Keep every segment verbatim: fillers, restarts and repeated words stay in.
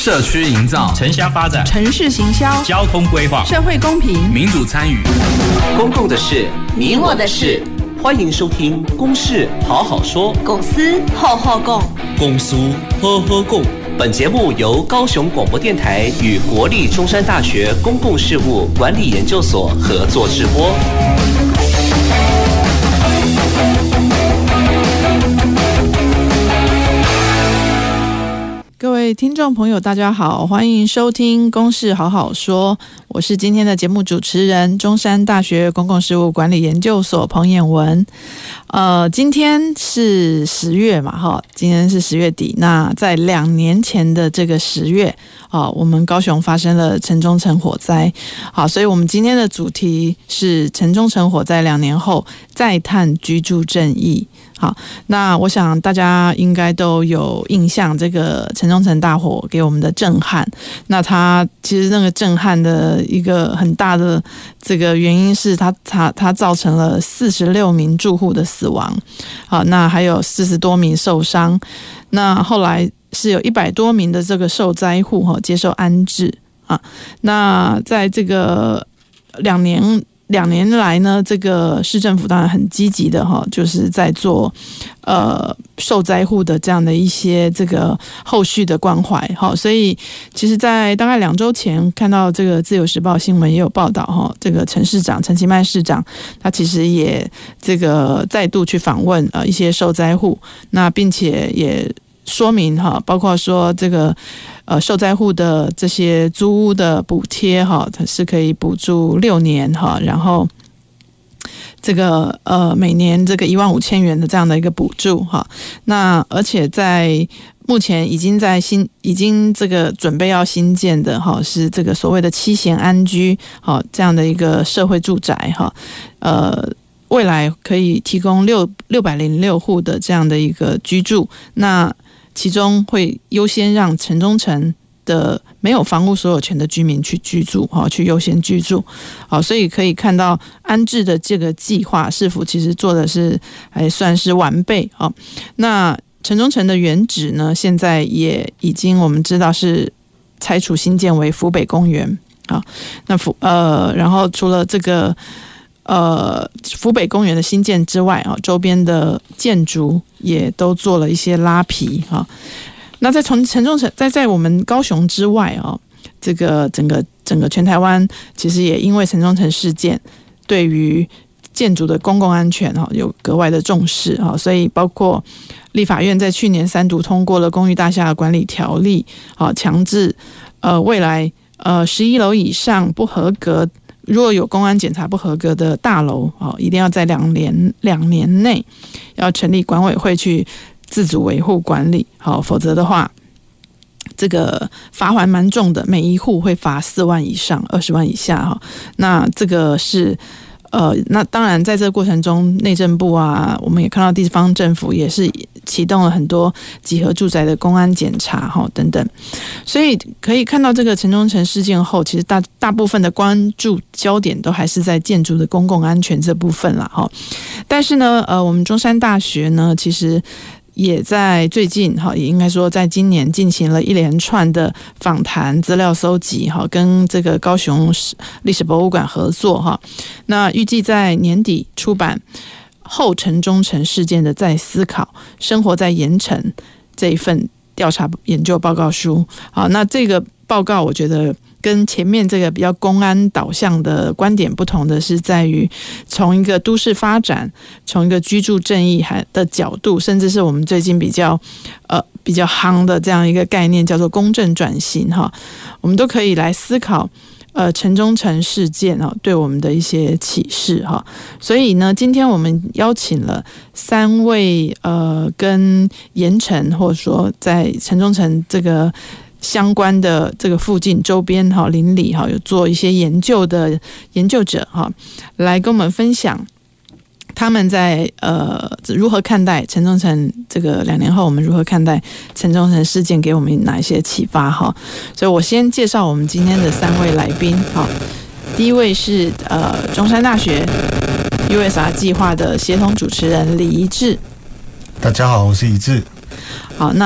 社区营造、 城乡发展、 城市行销、 交通规划、 社会公平、 民主参与， 公共的事，你我的事。欢迎收听《公事好好说》， 公司好好讲， 公司呵呵共。本节目由高雄广播电台与国立中山大学公共事务管理研究所合作直播。 各位听众朋友大家好，欢迎收听公事好好说，我是今天的节目主持人，中山大学公共事务管理研究所彭衍文。呃，今天是十月嘛，哈，今天是十月底。那在两年前的这个十月，啊，我们高雄发生了城中城火灾，好，所以我们今天的主题是城中城火灾两年后再探居住正义。好，那我想大家应该都有印象，这个城中城大火给我们的震撼。那它其实那个震撼的一个很大的这个原因是它它它造成了四十六名住户的死亡，好，那还有四十多名受伤。那后来是有一百多名的这个受灾户哈接受安置啊。那在这个两年。两年来呢，这个市政府当然很积极的哈，就是在做呃受灾户的这样的一些这个后续的关怀哈，所以其实，在大概两周前看到这个自由时报新闻也有报道哈，这个陈市长陈其迈市长他其实也这个再度去访问呃一些受灾户，那并且也说明哈，包括说这个。呃，受灾户的这些租屋的补贴哈，它是可以补助六年哈，然后这个呃每年这个一万五千元的这样的一个补助哈，那而且在目前已经在新已经这个准备要新建的哈，是这个所谓的七贤安居哈这样的一个社会住宅哈，呃。未来可以提供六六百零六户的这样的一个居住，那其中会优先让城中城的没有房屋所有权的居民去居住，去优先居住，好，所以可以看到安置的这个计划市府其实做的是还算是完备。那城中城的原址呢，现在也已经我们知道是拆除新建为福北公园，好，那福呃，然后除了这个。呃，福北公园的新建之外啊，周边的建筑也都做了一些拉皮哈。那在从城中城，在在我们高雄之外啊，这个整个整个全台湾其实也因为城中城事件，对于建筑的公共安全哈有格外的重视哈，所以包括立法院在去年三读通过了公寓大厦管理条例，好，强制呃未来呃十一楼以上不合格。如果有公安检查不合格的大楼，一定要在两年两年内要成立管委会去自主维护管理，否则的话，这个罚锾蛮重的，每一户会罚四万以上，二十万以下。那这个是。呃，那当然，在这个过程中，内政部啊，我们也看到地方政府也是启动了很多集合住宅的公安检查哈等等，所以可以看到这个城中城事件后，其实大大部分的关注焦点都还是在建筑的公共安全这部分啦哈。但是呢，呃，我们中山大学呢，其实。也在最近哈，也应该说在今年进行了一连串的访谈资料搜集哈，跟这个高雄历史博物馆合作哈。那预计在年底出版后城中城事件的再思考，生活在盐城这一份调查研究报告书。好，那这个报告我觉得。跟前面这个比较公安导向的观点不同的是，在于从一个都市发展、从一个居住正义的角度，甚至是我们最近比较呃比较夯的这样一个概念，叫做公正转型哈，我们都可以来思考呃城中城事件哈对我们的一些启示哈。所以呢，今天我们邀请了三位呃跟盐城或者说在城中城这个。相关的这个附近周边哈邻里哈有做一些研究的研究者哈，来跟我们分享他们在呃如何看待城中城这个两年后我们如何看待城中城事件给我们哪一些启发哈。所以我先介绍我们今天的三位来宾哈。第一位是呃中山大学 U S R 计划的协同主持人李宜志。 大家好，我是宜志。 好，那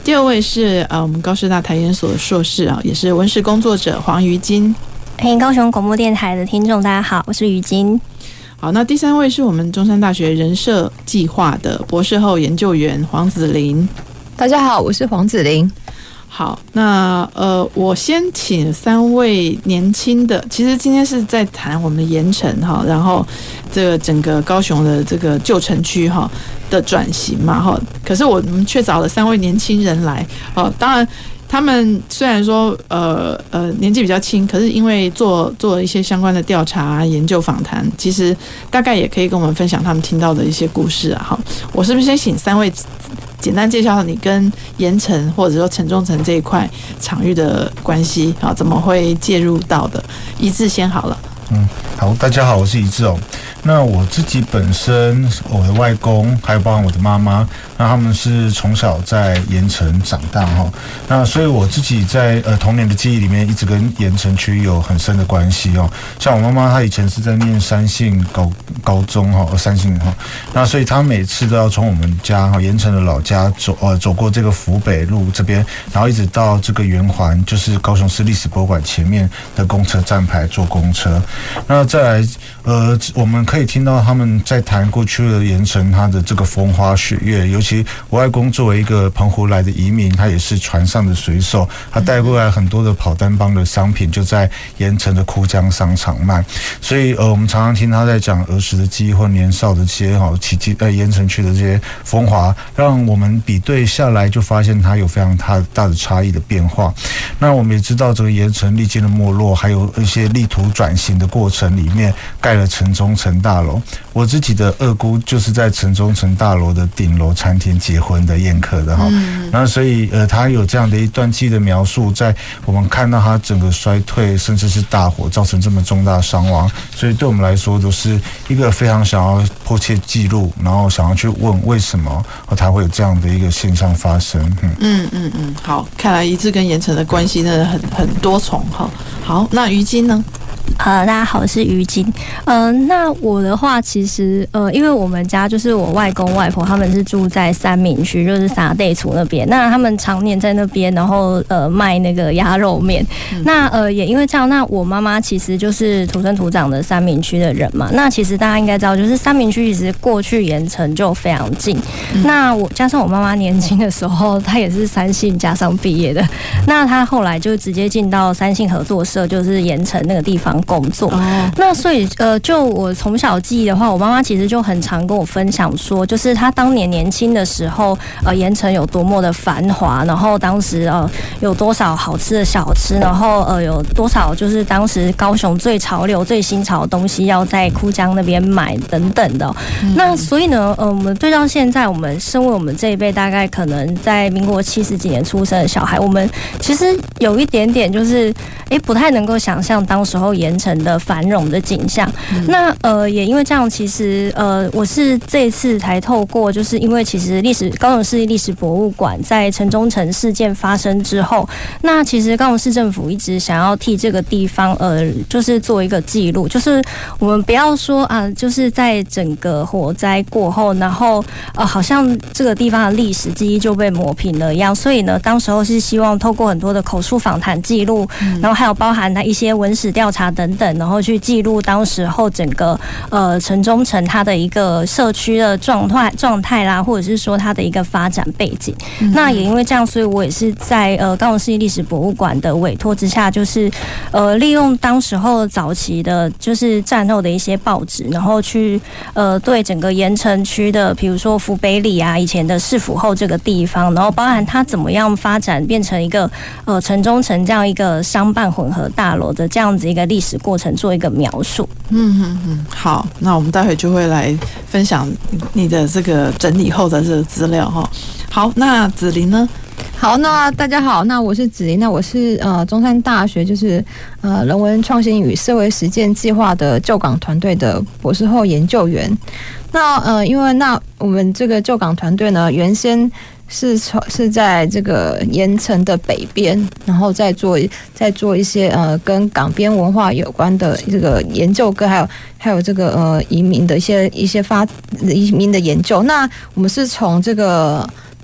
第二位是呃我们高师大台研所的硕士啊，也是文史工作者黄瑜金。 嘿，高雄广播电台的听众大家好，我是瑜金。 好，那第三位是我们中山大学人社计划的博士后研究员黄子玲。 大家好，我是黄子玲。 好，那呃，我先请三位年轻的，其实今天是在谈我们的盐埕哈，然后这个整个高雄的这个旧城区哈的转型嘛哈，可是我们却找了三位年轻人来哦，当然。他们虽然说呃呃年纪比较轻，可是因为做做一些相关的调查、研究、访谈，其实大概也可以跟我们分享他们听到的一些故事啊。好，我是不是先请三位简单介绍你跟盐埕或者说城中城这一块场域的关系啊？怎么会介入到的？一致先好了。 嗯，好，大家好，我是一致哦。那我自己本身，我的外公还有包含我的妈妈，那他们是从小在盐埕长大哈。那所以我自己在呃童年的记忆里面，一直跟盐埕区有很深的关系哦。像我妈妈，她以前是在念三信高高中哈，呃三信哈。那所以她每次都要从我们家哈盐埕的老家走呃走过这个福北路这边，然后一直到这个圆环，就是高雄市历史博物馆前面的公车站牌坐公车。那再来，呃，我们可以听到他们在谈过去的盐埕它的这个风花雪月，尤其我外公作为一个澎湖来的移民，他也是船上的水手，他带过来很多的跑单帮的商品，就在盐埕的枯江商场卖。所以，呃，我们常常听他在讲儿时的记忆或年少的这些哈奇迹，呃，盐埕区的这些风华，让我们比对下来，就发现它有非常大大的差异的变化。那我们也知道，这个盐埕历经了没落，还有一些力图转型的过程里面盖了城中城大楼。我自己的二姑就是在城中城大楼的顶楼餐厅结婚的宴客的哈，嗯、然后所以呃，他有这样的一段记忆的描述，在我们看到他整个衰退，甚至是大火造成这么重大伤亡，所以对我们来说都是一个非常想要迫切记录，然后想要去问为什么他会有这样的一个现象发生。 嗯嗯嗯嗯，好，看来一致跟盐埕的关系真的很很多重哈。好，那于金呢？ 呃，大家好，我是于金。呃，那我的话，其实呃，因为我们家就是我外公外婆他们是住在三民区，就是沙地处那边。那他们常年在那边，然后呃卖那个鸭肉面。嗯、那呃也因为这样，那我妈妈其实就是土生土长的三民区的人嘛。那其实大家应该知道，就是三民区其实过去盐埕就非常近。嗯、那我加上我妈妈年轻的时候，她也是三信加上毕业的。那她后来就直接进到三信合作社，就是盐埕那个地方工作。哦、那所以呃，就我从小记忆的话，我妈妈其实就很常跟我分享说，就是她当年年轻的时候，呃，盐埕有多么的繁华，然后当时呃有多少好吃的小吃，然后呃有多少就是当时高雄最潮流、最新潮的东西要在枯江那边买等等的。嗯、那所以呢，呃，我们对到现在，我们身为我们这一辈大概可能在民国七十几年出生的小孩，我们其实有一点点就是哎不太能够想象当时候盐埕的繁荣的景象。嗯、那呃也因为这样，其实呃我是这一次才透过，就是因为其实历史高雄市历史博物馆在城中城事件发生之后，那其实高雄市政府一直想要替这个地方呃就是做一个记录，就是我们不要说啊，就是在整个火灾过后，然后呃好像这个地方的历史记忆就被抹平了一样。所以呢，当时候是希望透过很多的口述访谈记录，嗯、然后还有包含它一些文史调查等等，然后去记录当时候整个呃城中城它的一个社区的状态状态啦，或者是说它的一个发展背景。嗯、那也因为这样，所以我也是在呃高雄市历史博物馆的委托之下，就是呃利用当时候早期的，就是战后的一些报纸，然后去呃对整个盐埕区的，比如说福北里啊，以前的市府后这个地方，然后包含它怎么样发展变成一个呃城中城这样一个商办混合大楼的这样子一个历史过程做一个描述。 嗯嗯嗯，好，那我们待会就会来分享你的这个整理后的这个资料哈。好，那子琳呢？ 好，那大家好，那我是子琳，那我是呃中山大学就是呃人文创新与社会实践计划的就港团队的博士后研究员。那呃，因为那我们这个就港团队呢，原先是从是在这个盐埕的北边，然后再做再做一些呃跟港边文化有关的这个研究，跟还有还有这个呃移民的一些一些发移民的研究。那我们是从这个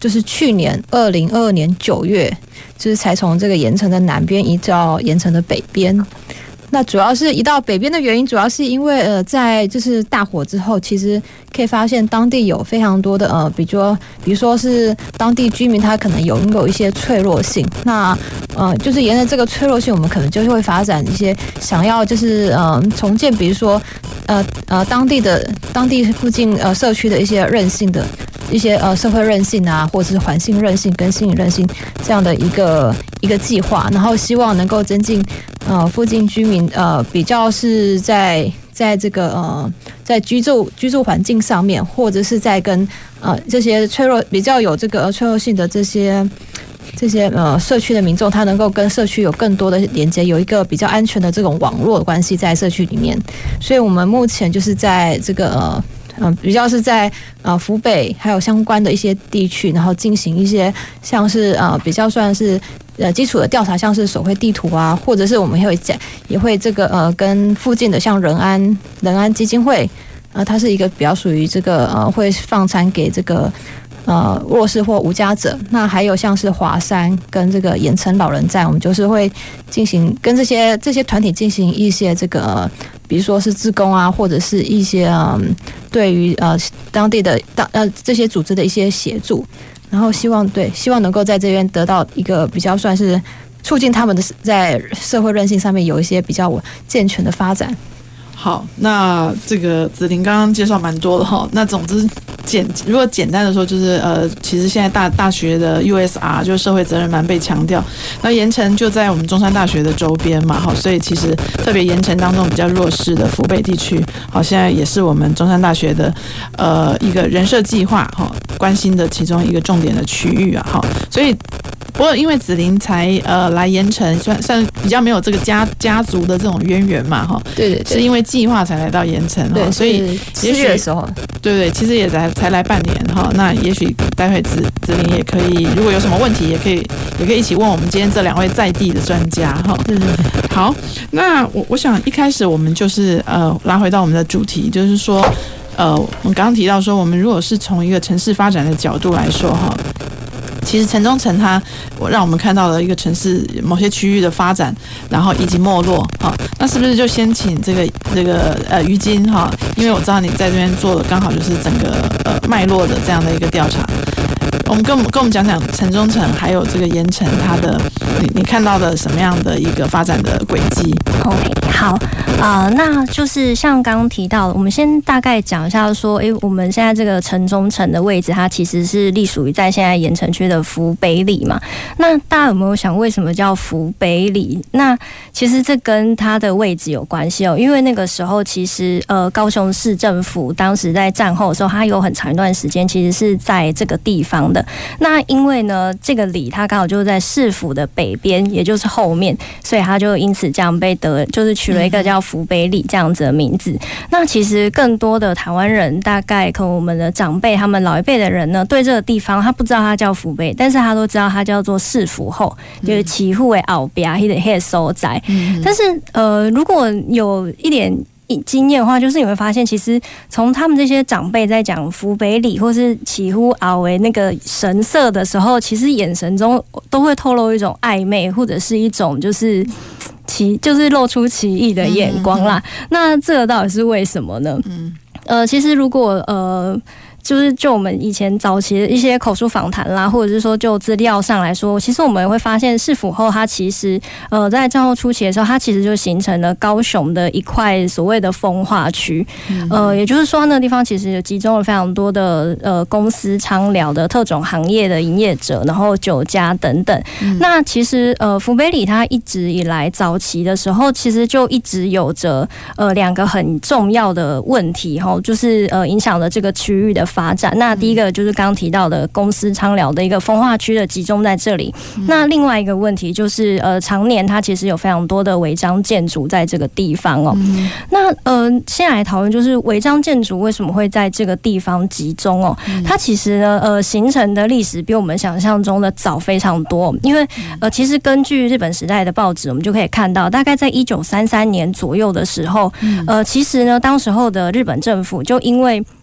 就是去年二零二二年九月，就是才从这个盐城的南边移到盐城的北边。那主要是移到北边的原因，主要是因为呃，在就是大火之后，其实可以发现当地有非常多的呃，比如说比如说是当地居民他可能有拥有一些脆弱性，那呃，就是沿着这个脆弱性，我们可能就会发展一些想要就是呃重建，比如说呃呃当地的当地附近呃社区的一些韧性的一些呃社会韧性啊，或者是环境韧性跟心理韧性这样的一个一个计划，然后希望能够增进呃附近居民呃比较是在在这个呃在居住居住环境上面，或者是在跟呃这些脆弱比较有这个脆弱性的这些这些呃社区的民众，他能够跟社区有更多的连接，有一个比较安全的这种网络的关系在社区里面。所以我们目前就是在这个呃嗯、呃，比较是在呃福北还有相关的一些地区，然后进行一些像是呃比较算是呃基础的调查，像是手绘地图啊，或者是我们也会讲也会这个呃跟附近的像仁安仁安基金会，呃它是一个比较属于这个呃会放餐给这个呃弱势或无家者，那还有像是华山跟这个盐城老人站，我们就是会进行跟这些这些团体进行一些这个。比如说是志工啊，或者是一些嗯，对于呃当地的当呃这些组织的一些协助，然后希望对希望能够在这边得到一个比较算是促进他们的在社会韧性上面有一些比较健全的发展。 好，那这个子琳刚刚介绍蛮多的哈。那总之简如果简单的说，就是呃，其实现在大大学的 U S R 就是社会责任蛮被强调。那盐城就在我们中山大学的周边嘛，哈，所以其实特别盐城当中比较弱势的福北地区，好，现在也是我们中山大学的呃一个人社计划哈关心的其中一个重点的区域啊，哈，所以。不过因为子琳才呃来盐城，算算比较没有这个家家族的这种渊源嘛，哈， 对对对， 是因为计划才来到盐城， 对， 所以七月的时候， 对对，其实也才才来半年哈，那也许待会子子琳也可以，如果有什么问题，也可以也可以一起问我们今天这两位在地的专家哈。 对对对， 好，那我我想一开始我们就是呃拉回到我们的主题，就是说呃我们刚刚提到说，我们如果是从一个城市发展的角度来说哈。其实城中城它让我们看到了一个城市某些区域的发展，然后以及没落哈。那是不是就先请这个这个呃于金哈？因为我知道你在这边做的刚好就是整个呃脉络的这样的一个调查。我们跟我们跟我们讲讲城中城还有这个盐城它的你你看到的什么样的一个发展的轨迹 ？OK， 好，呃，那就是像刚刚提到的，我们先大概讲一下说，诶，我们现在这个城中城的位置，它其实是隶属于在现在盐城区的福北里嘛。那大家有没有想为什么叫福北里？那其实这跟它的位置有关系哦，因为那个时候其实呃高雄市政府当时在战后的时候，它有很长一段时间其实是在这个地方的。那因为呢，这个里它刚好就是在市府的北边，也就是后面，所以它就因此这样被得，就是取了一个叫福北里这样子的名字。那其实更多的台湾人，大概可能我们的长辈，他们老一辈的人呢，对这个地方他不知道它叫福北，但是他都知道它叫做市府后，就是起户的后边，迄个迄个所在。但是呃，如果有一点经验的话，就是你会发现，其实从他们这些长辈在讲福北里或是起呼阿维那个神色的时候，其实眼神中都会透露一种暧昧，或者是一种就是奇，就是露出奇异的眼光啦。嗯、那这个到底是为什么呢？嗯，呃，其实如果呃。就是就我们以前早期的一些口述访谈啦，或者是说就资料上来说，其实我们会发现市府后它其实呃在战后初期的时候，它其实就形成了高雄的一块所谓的风化区，呃，也就是说那个地方其实集中了非常多的呃公司、仓疗的特种行业的营业者，然后酒家等等。嗯、那其实呃福北里它一直以来早期的时候，其实就一直有着呃两个很重要的问题哈，就是呃影响了这个区域的发展。那第一个就是刚刚提到的公司仓疗的一个风化区的集中在这里。嗯、那另外一个问题就是呃常年它其实有非常多的违章建筑在这个地方哦。嗯、那呃先来讨论就是违章建筑为什么会在这个地方集中哦？嗯、它其实呢呃形成的历史比我们想象中的早非常多，因为呃其实根据日本时代的报纸，我们就可以看到，大概在一九三三年左右的时候，嗯、呃其实呢当时候的日本政府就因为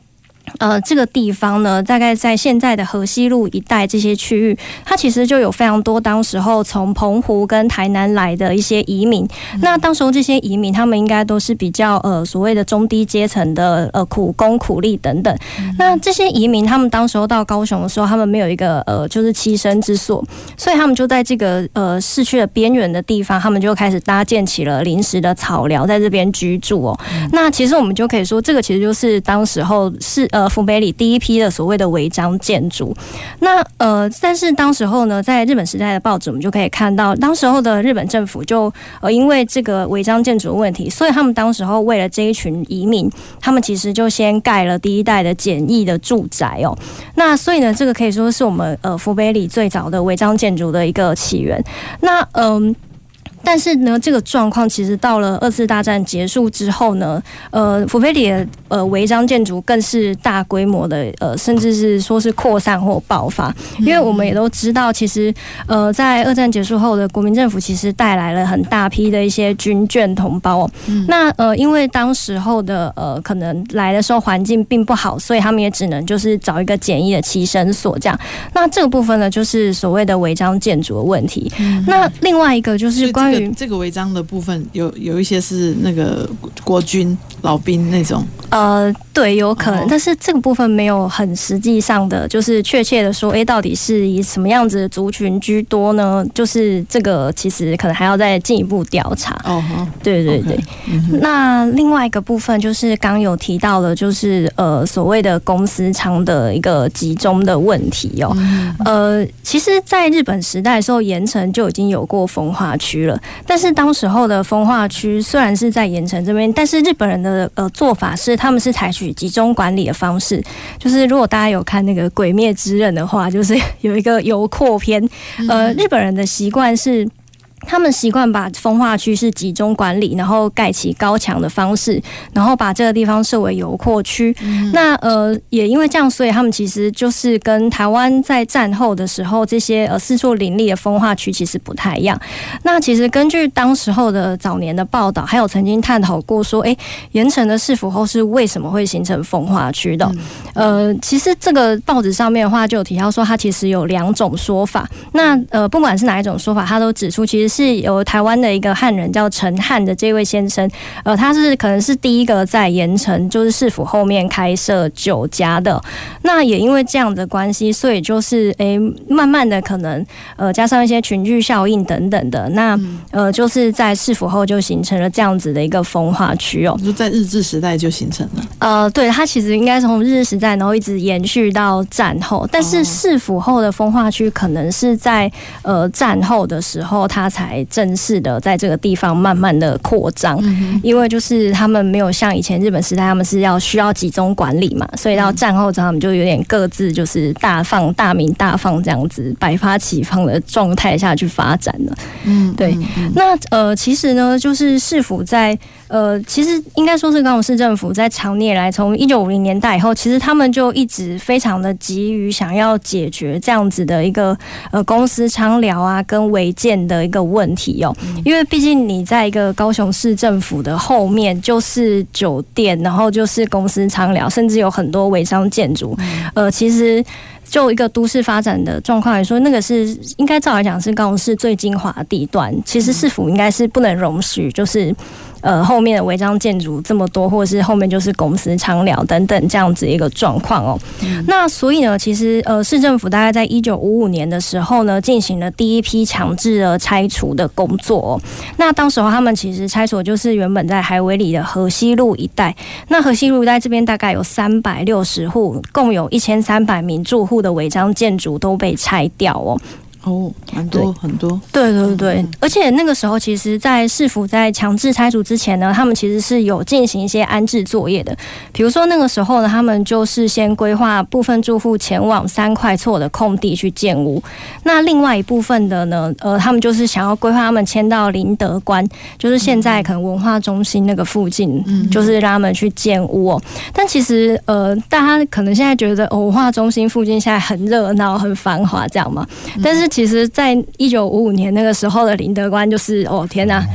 呃，这个地方呢，大概在现在的河西路一带这些区域，它其实就有非常多当时候从澎湖跟台南来的一些移民。嗯、那当时候这些移民，他们应该都是比较呃所谓的中低阶层的呃苦工苦力等等。嗯、那这些移民，他们当时候到高雄的时候，他们没有一个呃就是栖身之所，所以他们就在这个呃市区的边缘的地方，他们就开始搭建起了临时的草寮，在这边居住哦。嗯、那其实我们就可以说，这个其实就是当时候是呃。呃，福北里第一批的所谓的违章建筑，那呃，但是当时候呢，在日本时代的报纸，我们就可以看到，当时候的日本政府就呃，因为这个违章建筑的问题，所以他们当时候为了这一群移民，他们其实就先盖了第一代的简易的住宅哦。那所以呢，这个可以说是我们呃福北里最早的违章建筑的一个起源。那嗯。呃但是呢，这个状况其实到了二次大战结束之后呢，呃，福北里的呃违章建筑更是大规模的呃，甚至是说是扩散或爆发。因为我们也都知道，其实呃，在二战结束后的国民政府其实带来了很大批的一些军眷同胞、哦。嗯、那呃，因为当时候的呃，可能来的时候环境并不好，所以他们也只能就是找一个简易的栖身所这样。那这个部分呢，就是所谓的违章建筑的问题。嗯、那另外一个就是关于这个这个违章的部分有有一些是那个国军老兵那种， 呃，对，有可能， 哦、 但是这个部分没有很实际上的，就是确切的说，哎，到底是以什么样子的族群居多呢？就是这个其实可能还要再进一步调查。 哦， 对对对。Okay, 嗯、那另外一个部分就是刚有提到的，就是呃所谓的公司仓的一个集中的问题哦。嗯、呃，其实，在日本时代的时候，盐埕就已经有过风化区了。但是当时候的风化区虽然是在盐埕这边，但是日本人的呃做法是，他们是采取集中管理的方式。就是如果大家有看那个《鬼灭之刃》的话，就是有一个油廓篇，呃，日本人的习惯是。他们习惯把风化区是集中管理，然后盖起高墙的方式，然后把这个地方设为油廓区。嗯、那呃，也因为这样，所以他们其实就是跟台湾在战后的时候这些呃四处林立的风化区其实不太一样。那其实根据当时候的早年的报道，还有曾经探讨过说，哎，盐埕的市府后是为什么会形成风化区的？嗯、呃，其实这个报纸上面的话就有提到说，它其实有两种说法。那呃，不管是哪一种说法，他都指出其实。是由台湾的一个汉人叫陈汉的这位先生，呃，他是可能是第一个在盐埕就是市府后面开设酒家的。那也因为这样的关系，所以就是诶、欸，慢慢的可能呃加上一些群聚效应等等的，那呃就是在市府后就形成了这样子的一个风化区哦。 就在日治时代就形成了。 呃，对，它其实应该从日治时代，然后一直延续到战后，但是市府后的风化区可能是在呃战后的时候，它才。才正式的在这个地方慢慢的扩张，嗯、因为就是他们没有像以前日本时代，他们是要需要集中管理嘛，所以到战后之后，他们就有点各自就是大放大鸣大放这样子百花齐放的状态下去发展了。嗯，对。嗯嗯、那呃，其实呢，就是市府在呃，其实应该说是高雄市政府在长年来，从一九五零年代以后，其实他们就一直非常的急于想要解决这样子的一个呃公司仓寮啊跟违建的一个问题哦，因为毕竟你在一个高雄市政府的后面就是酒店，然后就是公司仓寮，甚至有很多违章建筑，呃，其实。就一个都市发展的状况来说，那个是应该照来讲是高雄市最精华的地段。其实市府应该是不能容许，就是呃后面的违章建筑这么多，或者是后面就是公司仓寮等等这样子一个状况哦。嗯、那所以呢，其实呃市政府大概在一九五五年的时候呢，进行了第一批强制的拆除的工作哦。那当时候他们其实拆除就是原本在海尾里的河西路一带，那河西路一带这边大概有三百六十户，共有一千三百名住户的违章建筑都被拆掉哦。 哦，蛮多很多， 对对对，而且那个时候，其实，在市府在强制拆除之前呢，他们其实是有进行一些安置作业的。比如说那个时候呢，他们就是先规划部分住户前往三块厝的空地去建屋，那另外一部分的呢，呃，他们就是想要规划他们迁到林德关，就是现在可能文化中心那个附近，嗯、就是让他们去建屋哦。但其实，呃，大家可能现在觉得、哦、文化中心附近现在很热闹、很繁华这样嘛，但是。其实，在一九五五年那个时候的林德关，就是哦天哪，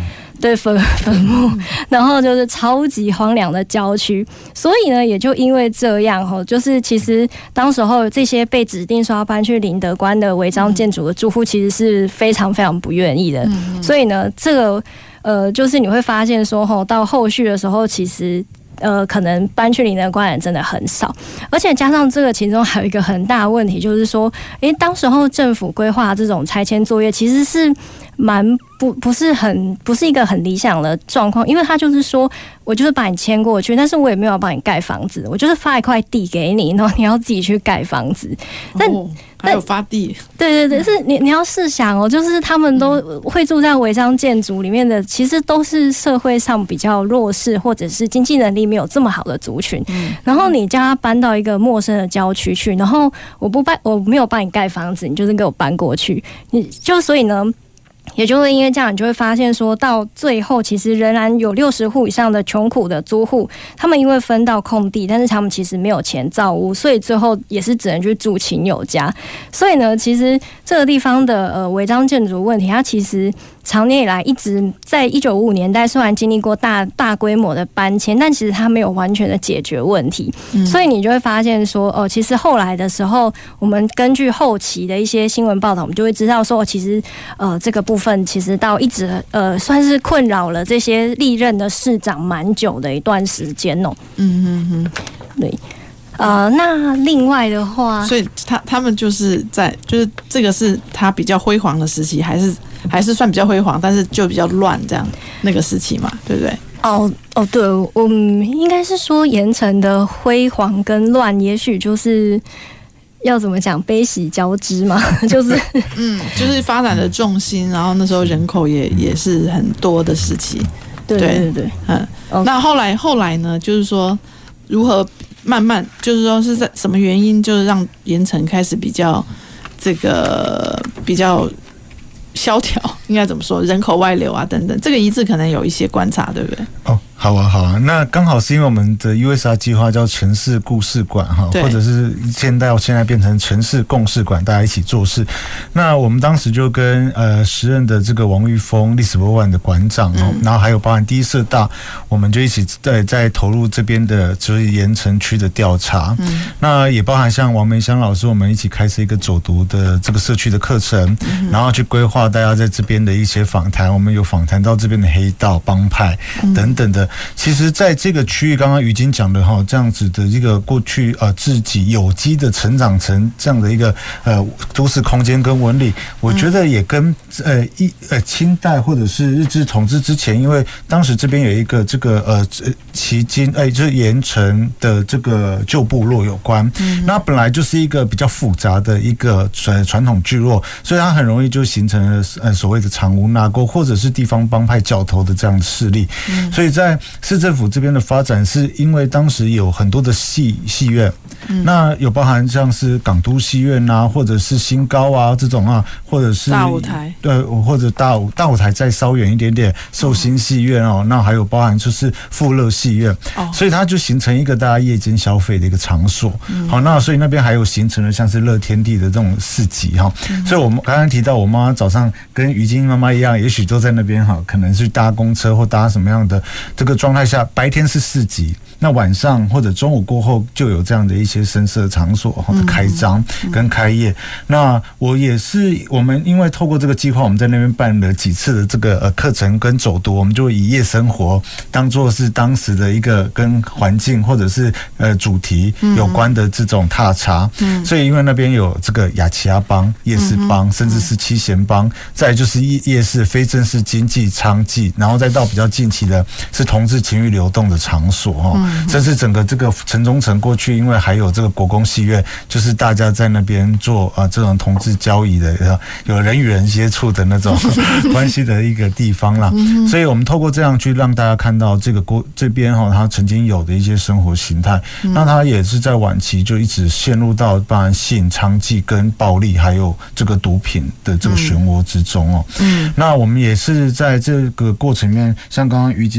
对，坟坟墓，然后就是超级荒凉的郊区，所以呢，也就因为这样哈，就是其实当时候这些被指定说要搬去林德关的违章建筑的住户，其实是非常非常不愿意的，所以呢，这个呃，就是你会发现说哈，到后续的时候，其实。呃，可能搬去林德关人真的很少，而且加上这个其中还有一个很大的问题，就是说，诶，当时候政府规划这种拆迁作业，其实是蛮不不是很不是一个很理想的状况，因为他就是说我就是把你迁过去，但是我也没有要帮你盖房子，我就是发一块地给你，然后你要自己去盖房子，但。 哦还有发地， 对对对，是你你要试想哦，就是他们都会住在违章建筑里面的，其实都是社会上比较弱势或者是经济能力没有这么好的族群。嗯、然后你叫他搬到一个陌生的郊区去，然后我不搬，我没有帮你盖房子，你就是给我搬过去，你就所以呢。也就会因为这样，你就会发现说到最后，其实仍然有六十户以上的穷苦的租户，他们因为分到空地，但是他们其实没有钱造屋，所以最后也是只能去住亲友家。所以呢，其实这个地方的呃违章建筑问题，它其实长年以来一直在一九五五年代虽然经历过大大规模的搬迁，但其实它没有完全的解决问题。嗯、所以你就会发现说，哦，其实后来的时候，我们根据后期的一些新闻报道，我们就会知道说，其实呃这个部分。其实到一直呃算是困扰了这些历任的市长蛮久的一段时间哦。嗯嗯嗯，对。呃，那另外的话， 所以他他们就是在就是这个是他比较辉煌的时期，还是还是算比较辉煌，但是就比较乱这样那个时期嘛，对不对？ 哦哦，对，我们应该是说盐埕的辉煌跟乱，也许就是。要怎么讲，悲喜交织嘛，就是嗯，就是发展的重心，然后那时候人口也也是很多的时期， 对对对对， 嗯，那后来后来呢，就是说如何慢慢，就是说是在什么原因，就是让盐埕开始比较这个比较萧条，应该怎么说，人口外流啊等等，这个一致可能有一些观察，对不对？ 哦。好啊，好啊，那刚好是因为我们的 U S R 计划叫城市故事馆哈，或者是现在现在变成城市共事馆，大家一起做事。那我们当时就跟呃时任的这个王玉峰历史博物馆的馆长哦，嗯、然后还有包含第一社大，我们就一起在在投入这边的就是盐埕区的调查。嗯、那也包含像王梅香老师，我们一起开设一个走读的这个社区的课程，嗯、然后去规划大家在这边的一些访谈。我们有访谈到这边的黑道帮派等等的。其实，在这个区域，刚刚于金讲的哈，这样子的一个过去呃自己有机的成长成这样的一个呃都市空间跟纹理，我觉得也跟呃一呃清代或者是日治统治之前，因为当时这边有一个这个呃旗津哎就是盐埕的这个旧部落有关，嗯、那本来就是一个比较复杂的一个传传统聚落，所以它很容易就形成了呃所谓的藏污纳垢或者是地方帮派教头的这样的势力，嗯、所以在市政府这边的发展是因为当时有很多的戏戏院，嗯、那有包含像是港都戏院啊，或者是新高啊这种啊，或者是大舞台， 对，或者大舞大舞台再稍远一点点，寿星戏院哦，哦那还有包含就是富乐戏院，哦、所以它就形成一个大家夜间消费的一个场所。嗯、好，那所以那边还有形成了像是乐天地的这种市集哈。嗯、所以我们刚刚提到，我妈早上跟于金妈妈一样，也许都在那边哈，可能是搭公车或搭什么样的这个状态下，白天是市集，那晚上或者中午过后就有这样的一些声色场所的开张跟开业。嗯、那我也是，我们因为透过这个计划，我们在那边办了几次的这个呃课程跟走读，我们就以夜生活当作是当时的一个跟环境或者是呃主题有关的这种踏查。嗯、所以因为那边有这个雅齐亚帮、夜市帮，甚至是七贤帮，再来就是夜市非正式经济娼妓，然后再到比较近期的是同志情欲流动的场所哦，甚至整个这个城中城过去，因为还有这个国公戏院，就是大家在那边做啊、呃、这种同志交易的，有人与人接触的那种关系的一个地方啦。所以我们透过这样去让大家看到这个国这边哈，它曾经有的一些生活形态。那它也是在晚期就一直陷入到包含性娼妓跟暴力，还有这个毒品的这个漩涡之中哦。嗯，那我们也是在这个过程里面，像刚刚于金说的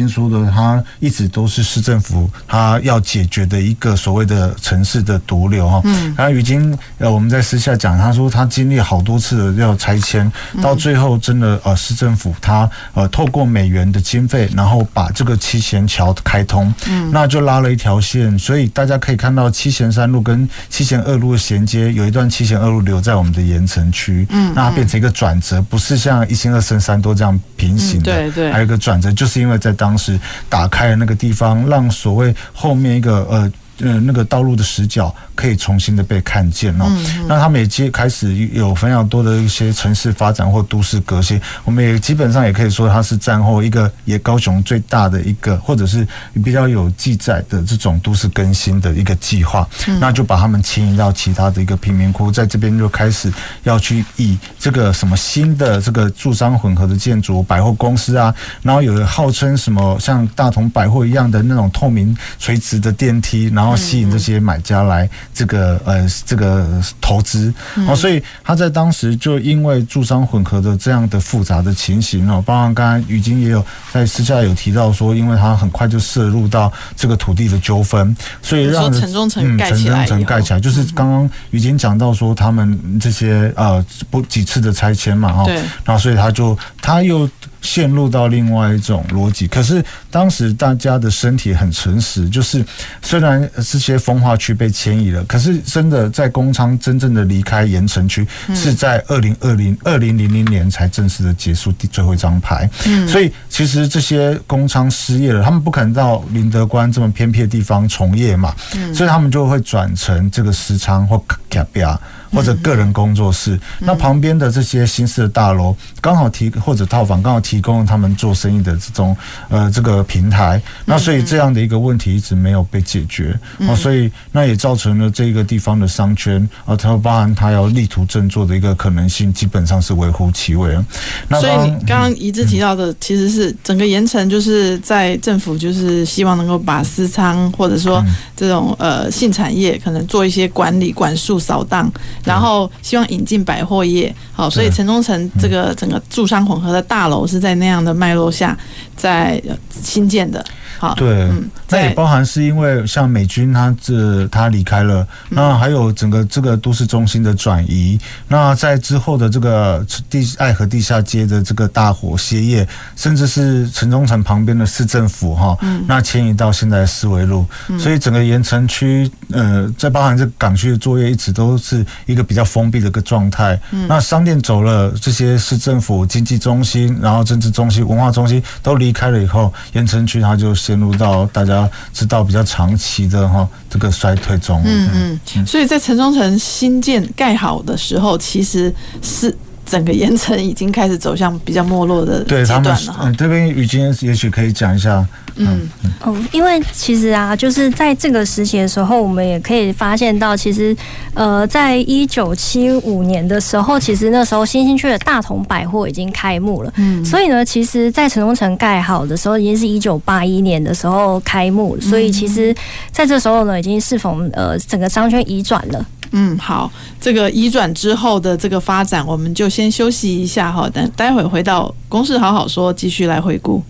的，它一直都是市政府它要解决的一个所谓的城市的毒瘤哈。嗯，然后于今呃我们在私下讲，他说他经历好多次的要拆迁，到最后真的呃市政府他呃透过美元的经费，然后把这个七贤桥开通，嗯，那就拉了一条线，所以大家可以看到七贤三路跟七贤二路的衔接，有一段七贤二路留在我们的盐城区，嗯，那它变成一个转折，不是像一心二圣三都这样平行的，嗯、对对，还有一个转折，就是因为在当时打开了那个地方，让所谓后面一个呃。呃，那个道路的死角可以重新的被看见哦。嗯嗯，那他们也接开始有非常多的一些城市发展或都市革新，我们也基本上也可以说它是战后一个也高雄最大的一个，或者是比较有记载的这种都市更新的一个计划。嗯、那就把他们迁移到其他的一个贫民窟，在这边就开始要去以这个什么新的这个住商混合的建筑、百货公司啊，然后有号称什么像大同百货一样的那种透明垂直的电梯，然后然后吸引这些买家来这个呃这个投资，哦，所以他在当时就因为住商混合的这样的复杂的情形哦，包括刚才于金也有在私下有提到说，因为他很快就涉入到这个土地的纠纷，所以让城中城盖起来， 城中城盖起来，就是刚刚于金讲到说他们这些呃不几次的拆迁嘛，哈，对，然后所以他就他又陷入到另外一种逻辑，可是当时大家的身体很诚实，就是虽然这些风化区被迁移了，可是真的在公仓真正的离开盐城区，是在二零二零二零零零年才正式的结束最后一张牌。嗯，所以其实这些公仓失业了，他们不可能到林德关这么偏僻的地方从业嘛，嗯，所以他们就会转成这个私仓或卡比亚。或者个人工作室，那旁边的这些新式的大楼刚好提或者套房刚好提供他们做生意的这种呃这个平台，那所以这样的一个问题一直没有被解决，哦，所以那也造成了这个地方的商圈啊，它包含它要力图振作的一个可能性，基本上是微乎其微。 那所以你刚刚宜芝提到的，其实是整个盐城就是在政府就是希望能够把私仓或者说这种呃性产业可能做一些管理管束扫荡。然后希望引进百货业，好，所以城中城这个整个住商混合的大楼是在那样的脉络下在新建的。好， 对，嗯，那也包含是因为像美军他这他离开了，那还有整个这个都市中心的转移，那在之后的这个地爱河地下街的这个大火歇业，甚至是城中城旁边的市政府哈，嗯，那迁移到现在的思维路，嗯，所以整个盐城区呃，在包含这个港区的作业一直都是一个比较封闭的一个状态，嗯，那商店走了，这些市政府、经济中心，然后政治中心、文化中心都离开了以后，盐城区它就陷入到大家知道比较长期的哈这个衰退中。 嗯嗯，所以在城中城新建盖好的时候，其实是整个盐城已经开始走向比较没落的阶段了哈。 嗯，这边雨金也许可以讲一下。 嗯嗯，因为其实啊，就是在这个时期的时候，我们也可以发现到，其实呃，在一九七五年的时候，其实那时候新兴区的大同百货已经开幕了。嗯，所以呢，其实，在城中城盖好的时候，已经是一九八一年的时候开幕，所以其实在这时候呢，已经适逢呃整个商圈移转了。 嗯，好，这个移转之后的这个发展，我们就先休息一下哈，等待会回到公事好好说，继续来回顾。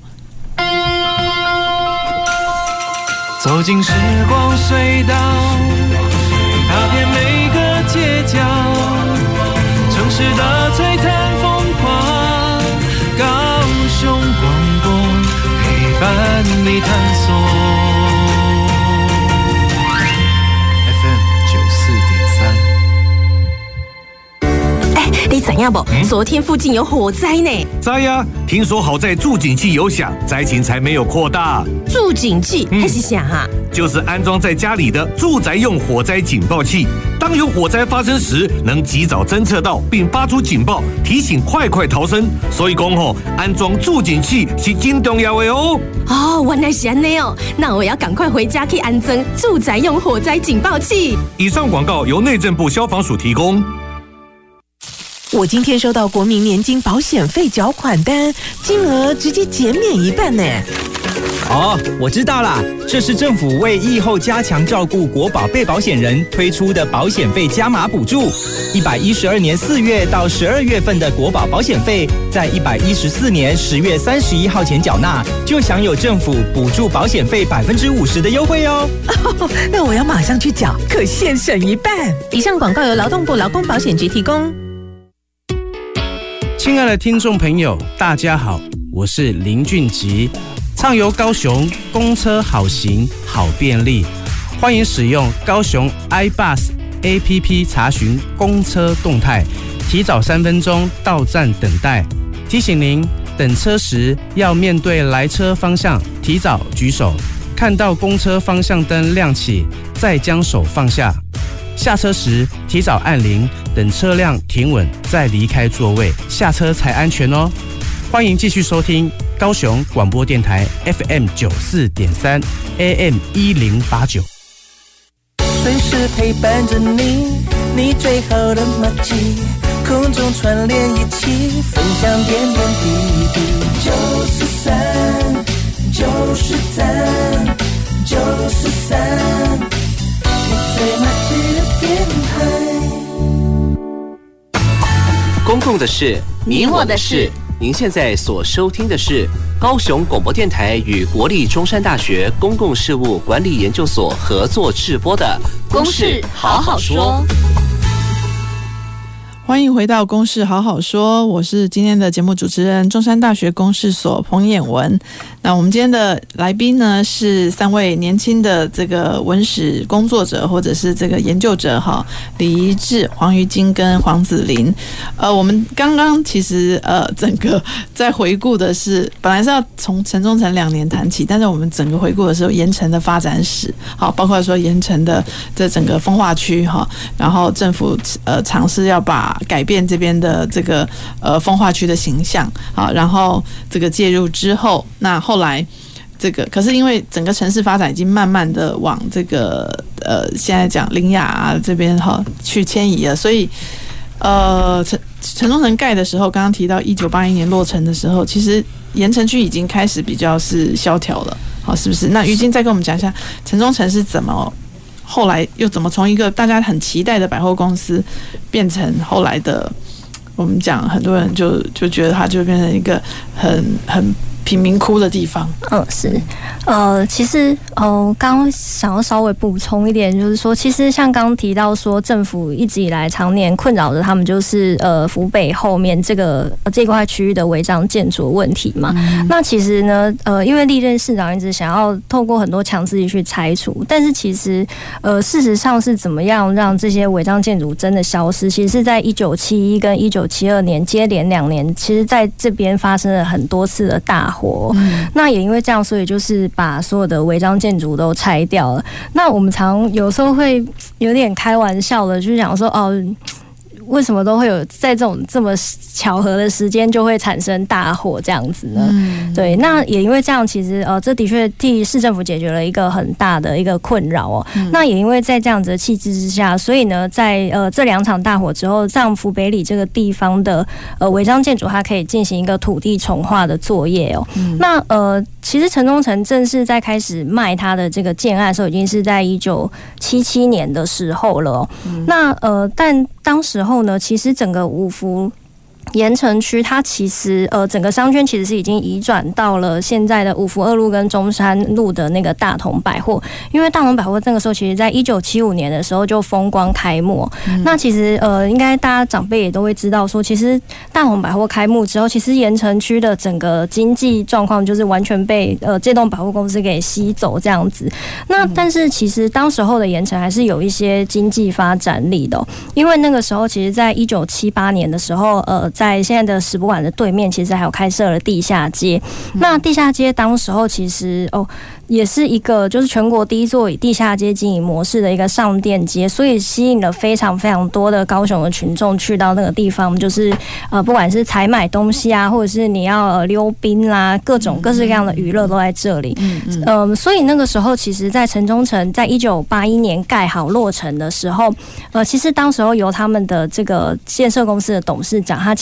走进时光隧道，踏遍每个街角，城市的璀璨风华，高雄广播陪伴你探索。 你知影不？昨天附近有火灾呢。 知呀，听说好在助警器有响，灾情才没有扩大。 助警器还是啥啊？ 就是安装在家里的住宅用火灾警报器，当有火灾发生时，能及早侦测到并发出警报，提醒快快逃生。所以讲吼，安装助警器是真重要的哦。 哦，原来是安尼哦，那我要赶快回家去安装住宅用火灾警报器。 以上广告由内政部消防署提供。 我今天收到国民年金保险费缴款单，金额直接减免一半呢。 哦，我知道啦，这是政府为疫后加强照顾国保被保险人推出的保险费加码补助。一百一十二年四月到十二月份的国保保险费，在一百一十四年十月三十一号前缴纳，就享有政府补助保险费百分之五十的优惠哦。 哦，那我要马上去缴，可现省一半。以上广告由劳动部劳工保险局提供。 亲爱的听众朋友，大家好，我是林俊吉。畅游高雄，公车好行好便利，欢迎使用高雄 iBus A P P 查询公车动态，提早三分钟到站等待。提醒您，等车时要面对来车方向，提早举手，看到公车方向灯亮起，再将手放下。下车时提早按铃，等车辆停稳再离开座位，下车才安全哦。欢迎继续收听高雄广播电台 F M 九四点三 A M 一零八九， 随时陪伴着你，你最好的默契，空中串联一起，分享点点滴滴。九十三，九十三，九十三，你最默契的电台。 公共的事，你我的事。您现在所收听的是高雄广播电台与国立中山大学公共事务管理研究所合作制播的《公事好好说》。 欢迎回到《公事好好说》，我是今天的节目主持人，中山大学公事所彭衍文。那我们今天的来宾呢是三位年轻的这个文史工作者或者是这个研究者哈，李怡智、黄瑜金跟黄子琳。呃，我们刚刚其实呃整个在回顾的是，本来是要从陈忠诚两年谈起，但是我们整个回顾的时候，盐埕的发展史，好，包括说盐埕的这整个风化区哈，然后政府呃尝试要把改变这边的这个呃风化区的形象啊，然后这个介入之后，那后来这个可是因为整个城市发展已经慢慢的往这个呃现在讲苓雅啊这边哈去迁移了，所以呃陈陈忠诚盖的时候，刚刚提到一九八一年落成的时候，其实盐埕区已经开始比较是萧条了，好，是不是？那于金再跟我们讲一下陈忠诚是怎么。后来又怎么从一个大家很期待的百货公司，变成后来的，我们讲很多人就就觉得它就变成一个很很贫民窟的地方。 嗯，是，呃，其实呃，刚刚想要稍微补充一点，就是说，其实像刚刚提到说，政府一直以来常年困扰着他们，就是呃，府北后面这个这块区域的违章建筑问题嘛。嗯、那其实呢，呃，因为历任市长一直想要透过很多强制力去拆除，但是其实呃，事实上是怎么样让这些违章建筑真的消失？其实是在一九七一跟一九七二年接连两年，其实在这边发生了很多次的大火。嗯、那也因为这样，所以就是把所有的违章建筑都拆掉了。那我们常有时候会有点开玩笑的，就是讲说哦。为什么都会有在这种这么巧合的时间就会产生大火这样子呢？嗯、对，那也因为这样，其实呃，这的确替市政府解决了一个很大的一个困扰哦。嗯、那也因为在这样子的气质之下，所以呢，在呃这两场大火之后，让府北里这个地方的呃违章建筑，它可以进行一个土地重划的作业哦。嗯、那呃，其实陈忠诚正式在开始卖他的这个建案的时候，已经是在一九七七年的时候了哦。嗯、那呃，但当时候呢，其实整个五福盐埕区，它其实呃整个商圈其实是已经移转到了现在的五福二路跟中山路的那个大同百货，因为大同百货那个时候其实在一九七五年的时候就风光开幕。嗯、那其实呃应该大家长辈也都会知道说，其实大同百货开幕之后，其实盐埕区的整个经济状况就是完全被呃这栋百货公司给吸走这样子。那但是其实当时候的盐埕还是有一些经济发展力的、哦，因为那个时候其实在一九七八年的时候，呃在现在的史博馆的对面，其实还有开设了地下街。嗯、那地下街当时候其实哦，也是一个就是全国第一座以地下街经营模式的一个上店街，所以吸引了非常非常多的高雄的群众去到那个地方，就是呃，不管是采买东西啊，或者是你要呃溜冰啦，各种各式各样的娱乐都在这里。嗯嗯。呃，所以那个时候，其实，在城中城在一九八一年盖好落成的时候，呃，其实当时候由他们的这个建设公司的董事长，他其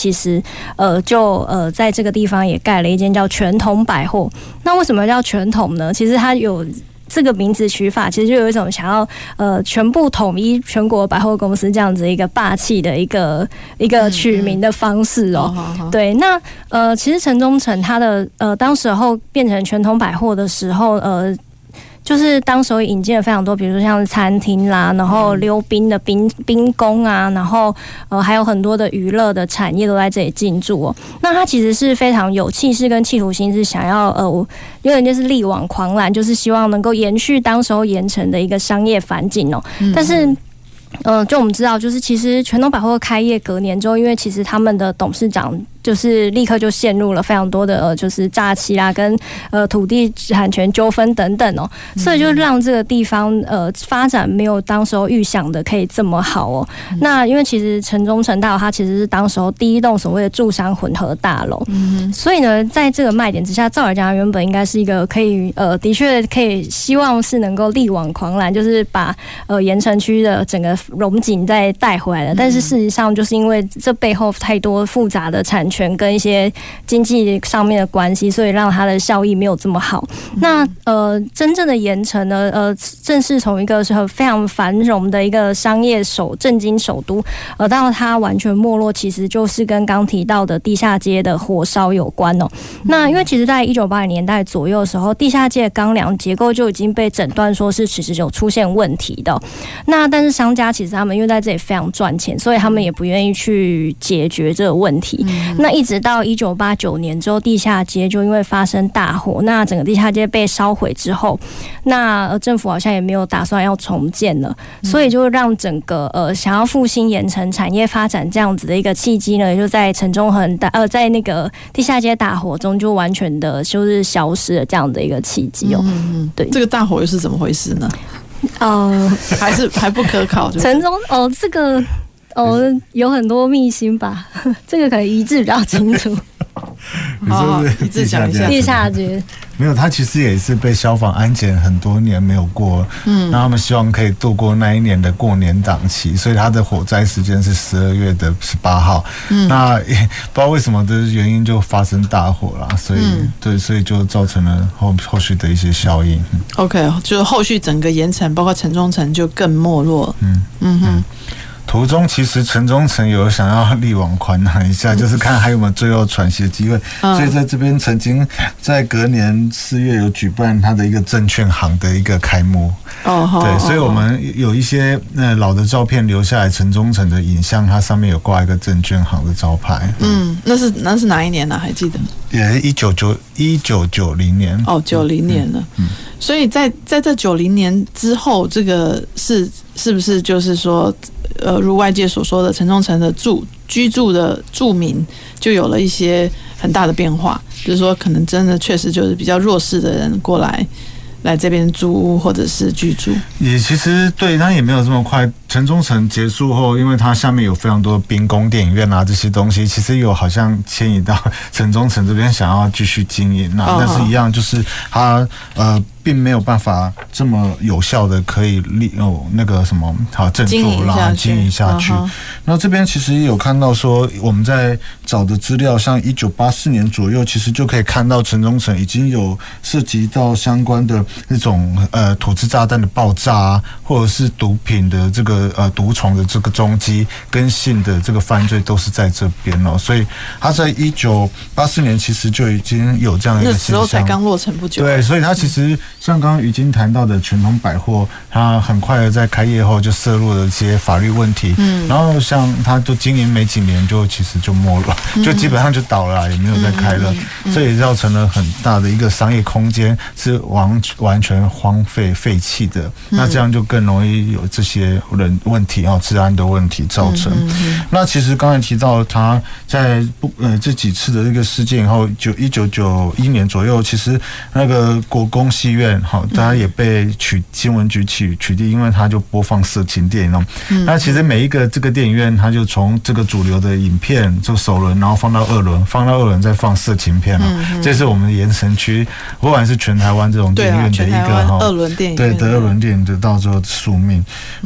其实呃就呃在这个地方也盖了一间叫全统百货。那为什么叫全统呢？其实它有这个名字取法，其实就有一种想要呃全部统一全国百货公司这样子一个霸气的一个一个取名的方式哦。嗯嗯、对，那呃其实城中城它的呃当时候变成全统百货的时候，呃。就是当时候引进了非常多，比如说像是餐厅啦，然后溜冰的冰冰宫啊，然后呃还有很多的娱乐的产业都在这里进驻哦。那它其实是非常有气势跟企图心，是想要呃有点就是力挽狂澜，就是希望能够延续当时候盐城的一个商业繁景哦。但是呃，就我们知道，就是其实全统百货开业隔年之后，因为其实他们的董事长就是立刻就陷入了非常多的呃，就是诈欺啦，跟呃土地产权纠纷等等哦，所以就让这个地方呃发展没有当时候预想的可以这么好哦。嗯、那因为其实城中城大楼它其实是当时候第一栋所谓的住商混合大楼，嗯、所以呢，在这个卖点之下，照来讲原本应该是一个可以呃，的确可以希望是能够力挽狂澜，就是把呃盐城区的整个荣景再带回来的。但是事实上，就是因为这背后太多复杂的产权跟一些经济上面的关系，所以让它的效益没有这么好。嗯、那呃，真正的盐城呢，呃，正是从一个是非常繁荣的一个商业首政经首都，呃，到它完全没落，其实就是跟刚提到的地下街的火烧有关哦。嗯、那因为其实在一九八零年代左右的时候，地下街的钢梁结构就已经被诊断说是其实有出现问题的。那但是商家其实他们因为在这里非常赚钱，所以他们也不愿意去解决这个问题。嗯、那一直到一九八九年之后，地下街就因为发生大火，那整个地下街被烧毁之后，那政府好像也没有打算要重建了，嗯、所以就让整个呃想要复兴盐城产业发展这样子的一个契机呢，就在城中很大呃在那个地下街大火中就完全的就是消失了这样的一个契机哦。嗯嗯，对， 这个大火又是怎么回事呢？ 呃， 还是还不可考。 城中哦，这个哦有很多秘辛吧，这个可能一致比较清楚。 你说是一致讲一下地下街。 没有，他其实也是被消防安检很多年没有过，嗯，那他们希望可以度过那一年的过年档期，所以他的火灾时间是十二月的十八号，嗯，那也不知道为什么的原因就发生大火啦，所以、嗯、对，所以就造成了后后续的一些效应。 OK， 就是后续整个盐城包括城中城就更没落， 嗯嗯哼。嗯途中其实城中城有想要力挽狂澜一下，就是看还有没有最后喘息的机会，嗯、所以在这边曾经在隔年四月有举办他的一个证券行的一个开幕。哦，对，哦、所以我们有一些呃老的照片留下来，城中城的影像，它上面有挂一个证券行的招牌。 嗯，那是那是哪一年呢、啊？还记得？ 也是一九九一九九零年。 哦，九零年了。嗯，所以在在这九零年之后，这个是是不是就是说？呃，如外界所说的城中城的住居住的住民就有了一些很大的变化，就是说可能真的确实就是比较弱势的人过来来这边租屋或者是居住。 也其实对，它也没有这么快。城中城结束后，因为它下面有非常多的兵工、电影院啊这些东西，其实有好像迁移到城中城这边想要继续经营啊，哦、但是一样就是它呃。并没有办法这么有效的可以利用那个什么好振作啦，经营下去。那这边其实也有看到说，我们在找的资料，像一九八四年左右，其实就可以看到城中城已经有涉及到相关的那种呃土制炸弹的爆炸啊，或者是毒品的这个呃毒虫的这个踪迹，跟性的这个犯罪都是在这边哦。所以他在一九八四年其实就已经有这样一个现象， 那时候才刚落成不久。 对，所以他其实。像刚刚于金谈到的全统百货，它很快的在开业后就涉入了一些法律问题，嗯，然后像它就经营没几年就其实就没了，就基本上就倒了，也没有再开了，这也造成了很大的一个商业空间是完完全荒废废弃的，那这样就更容易有这些人问题啊，治安的问题造成。那其实刚才提到他在不呃这几次的这个事件以后，就一九九一年左右，其实那个国公戏院。好，他也被取新闻局取取缔，因为他就播放色情电影哦。嗯、那其实每一个这个电影院，他就从这个主流的影片就首轮，然后放到二轮，放到二轮再放色情片哦。嗯、这是我们盐城区，不管是全台湾这种电影院的一个哈、 二轮电影对的二轮电影的到最后宿命。嗯、那再来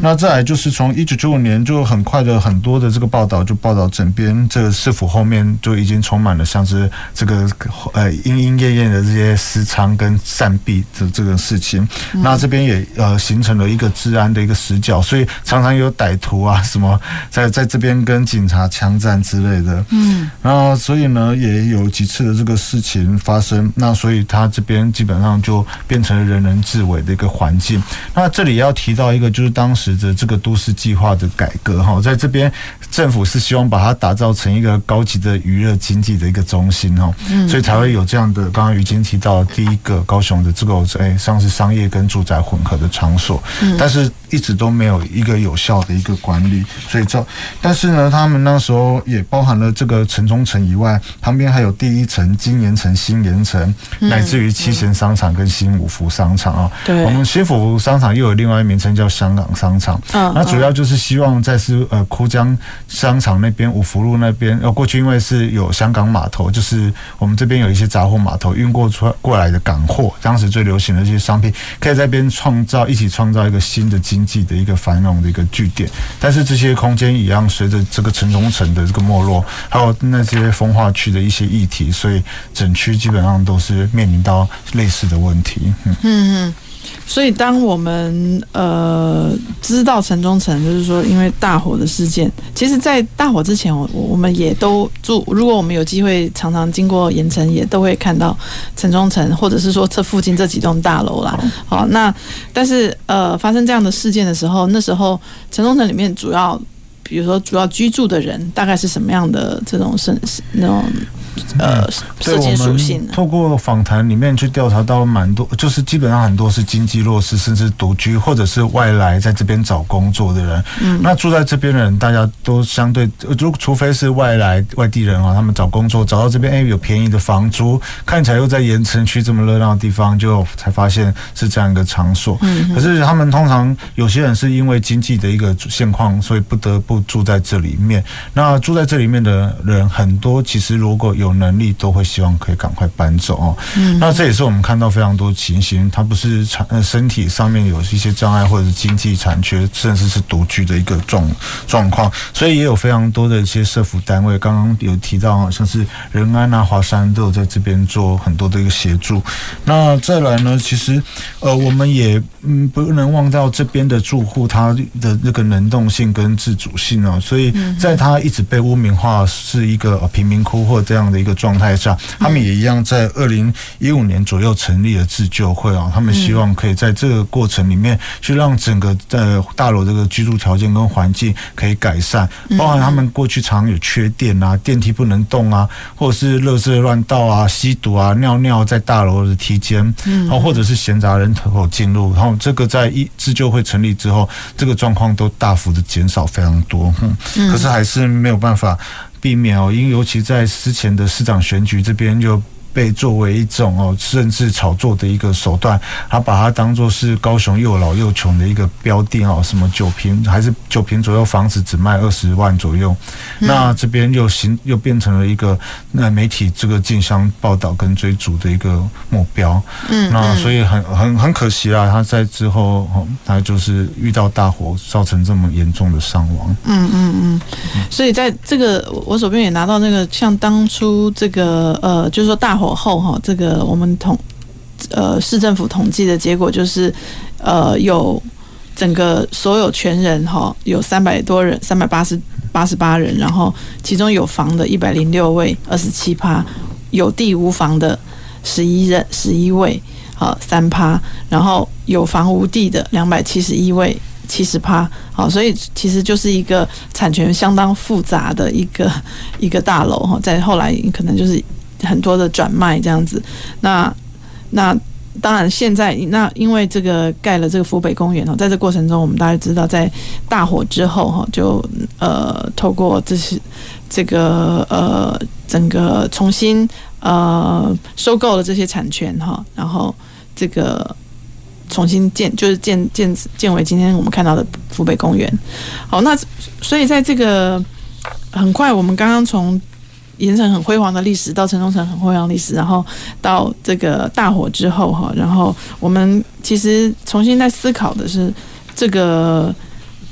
就是从一九九五年就很快的很多的这个报道就报道整边这个市府后面就已经充满了像是这个呃莺莺燕燕的这些私娼跟善弊的这个事情，嗯、那这边也呃形成了一个治安的一个死角，所以常常有歹徒啊什么在在这边跟警察枪战之类的，嗯，然后所以呢也有几次的这个事情发生，那所以他这边基本上就变成了人人自危的一个环境。那这里要提到一个就是当时的这个都市计划的改革哈，在这边政府是希望把它打造成一个高级的娱乐经济的一个中心哈，所以才会有这样的刚刚于金提到第一个高雄的这个哎像是商业跟住宅混合的场所，但是一直都没有一个有效的一个管理，所以这但是呢，他们那时候也包含了这个城中城以外，旁边还有第一城、金岩城、新岩城，乃至于七贤商场跟新五福商场啊。对，我们新五福商场又有另外一名称叫香港商场，嗯，那主要就是希望在是呃枯江商场那边、五福路那边，呃过去因为是有香港码头，就是我们这边有一些杂货码头运过出过来的港货，当时最流行的这些商品，可以在这边创造一起创造一个新的经济的一个繁荣的一个据点。但是这些空间一样，随着这个城中城的这个没落，还有那些风化区的一些议题，所以整区基本上都是面临到类似的问题。嗯嗯。 所以，当我们呃知道城中城，就是说，因为大火的事件，其实，在大火之前，我我们也都住。如果我们有机会常常经过盐埕，也都会看到城中城，或者是说这附近这几栋大楼啦。好，那但是呃，发生这样的事件的时候，那时候城中城里面主要，比如说主要居住的人，大概是什么样的这种是那种。呃，设计属性。 透过访谈里面去调查到蛮多，就是基本上很多是经济弱势，甚至独居，或者是外来在这边找工作的人。嗯，那住在这边的人，大家都相对，如除非是外来外地人啊，他们找工作找到这边，哎，有便宜的房租，看起来又在盐埕区这么热闹的地方，就才发现是这样一个场所。嗯，可是他们通常有些人是因为经济的一个现况，所以不得不住在这里面。那住在这里面的人很多，其实如果有有能力都会希望可以赶快搬走哦。嗯，那这也是我们看到非常多情形，他不是身体上面有一些障碍，或者是经济残缺，甚至是独居的一个状状况，所以也有非常多的一些社福单位，刚刚有提到，像是仁安啊、华山都有在这边做很多的一个协助。那再来呢，其实呃，我们也嗯不能忘掉这边的住户他的那个能动性跟自主性哦，所以在他一直被污名化是一个贫民窟或这样的一个状态下，他们也一样在二零一五年左右成立了自救会啊。他们希望可以在这个过程里面去让整个呃大楼这个居住条件跟环境可以改善，包含他们过去常有缺电啊、电梯不能动啊，或者是垃圾乱倒啊、吸毒啊、尿尿在大楼的梯间，然后或者是闲杂人口进入，然后这个在一自救会成立之后，这个状况都大幅的减少非常多。嗯，可是还是没有办法避免哦，因为尤其在之前的市长选举这边就被作为一种哦甚至炒作的一个手段，他把它当作是高雄又老又穷的一个标的哦，什么九坪还是九坪左右房子只卖二十万左右，嗯、那这边又形又变成了一个那媒体这个竞相报道跟追逐的一个目标。嗯，那所以很很很可惜啦，他在之后哦，他就是遇到大火，造成这么严重的伤亡。 嗯嗯嗯，所以在这个我手边也拿到那个像当初这个呃，就是说大火后哈，这个我们统呃市政府统计的结果就是，呃有整个所有全人哈有三百多人，三百八十八十八人，然后其中有房的一百零六位，二十七趴，有地无房的十一人，十一位，好三趴，然后有房无地的两百七十一位。七十趴，好，所以其实就是一个产权相当复杂的一个一个大楼哈，在后来可能就是很多的转卖这样子。那那当然现在那因为这个盖了这个福北公园哈，在这过程中我们大家知道，在大火之后哈，就呃透过这是这个呃整个重新呃收购了这些产权哈，然后这个。重新建就是建建建为今天我们看到的福北公园。好，那所以在这个很快，我们刚刚从盐埕很辉煌的历史到城中城很辉煌的历史，然后到这个大火之后哈，然后我们其实重新在思考的是这个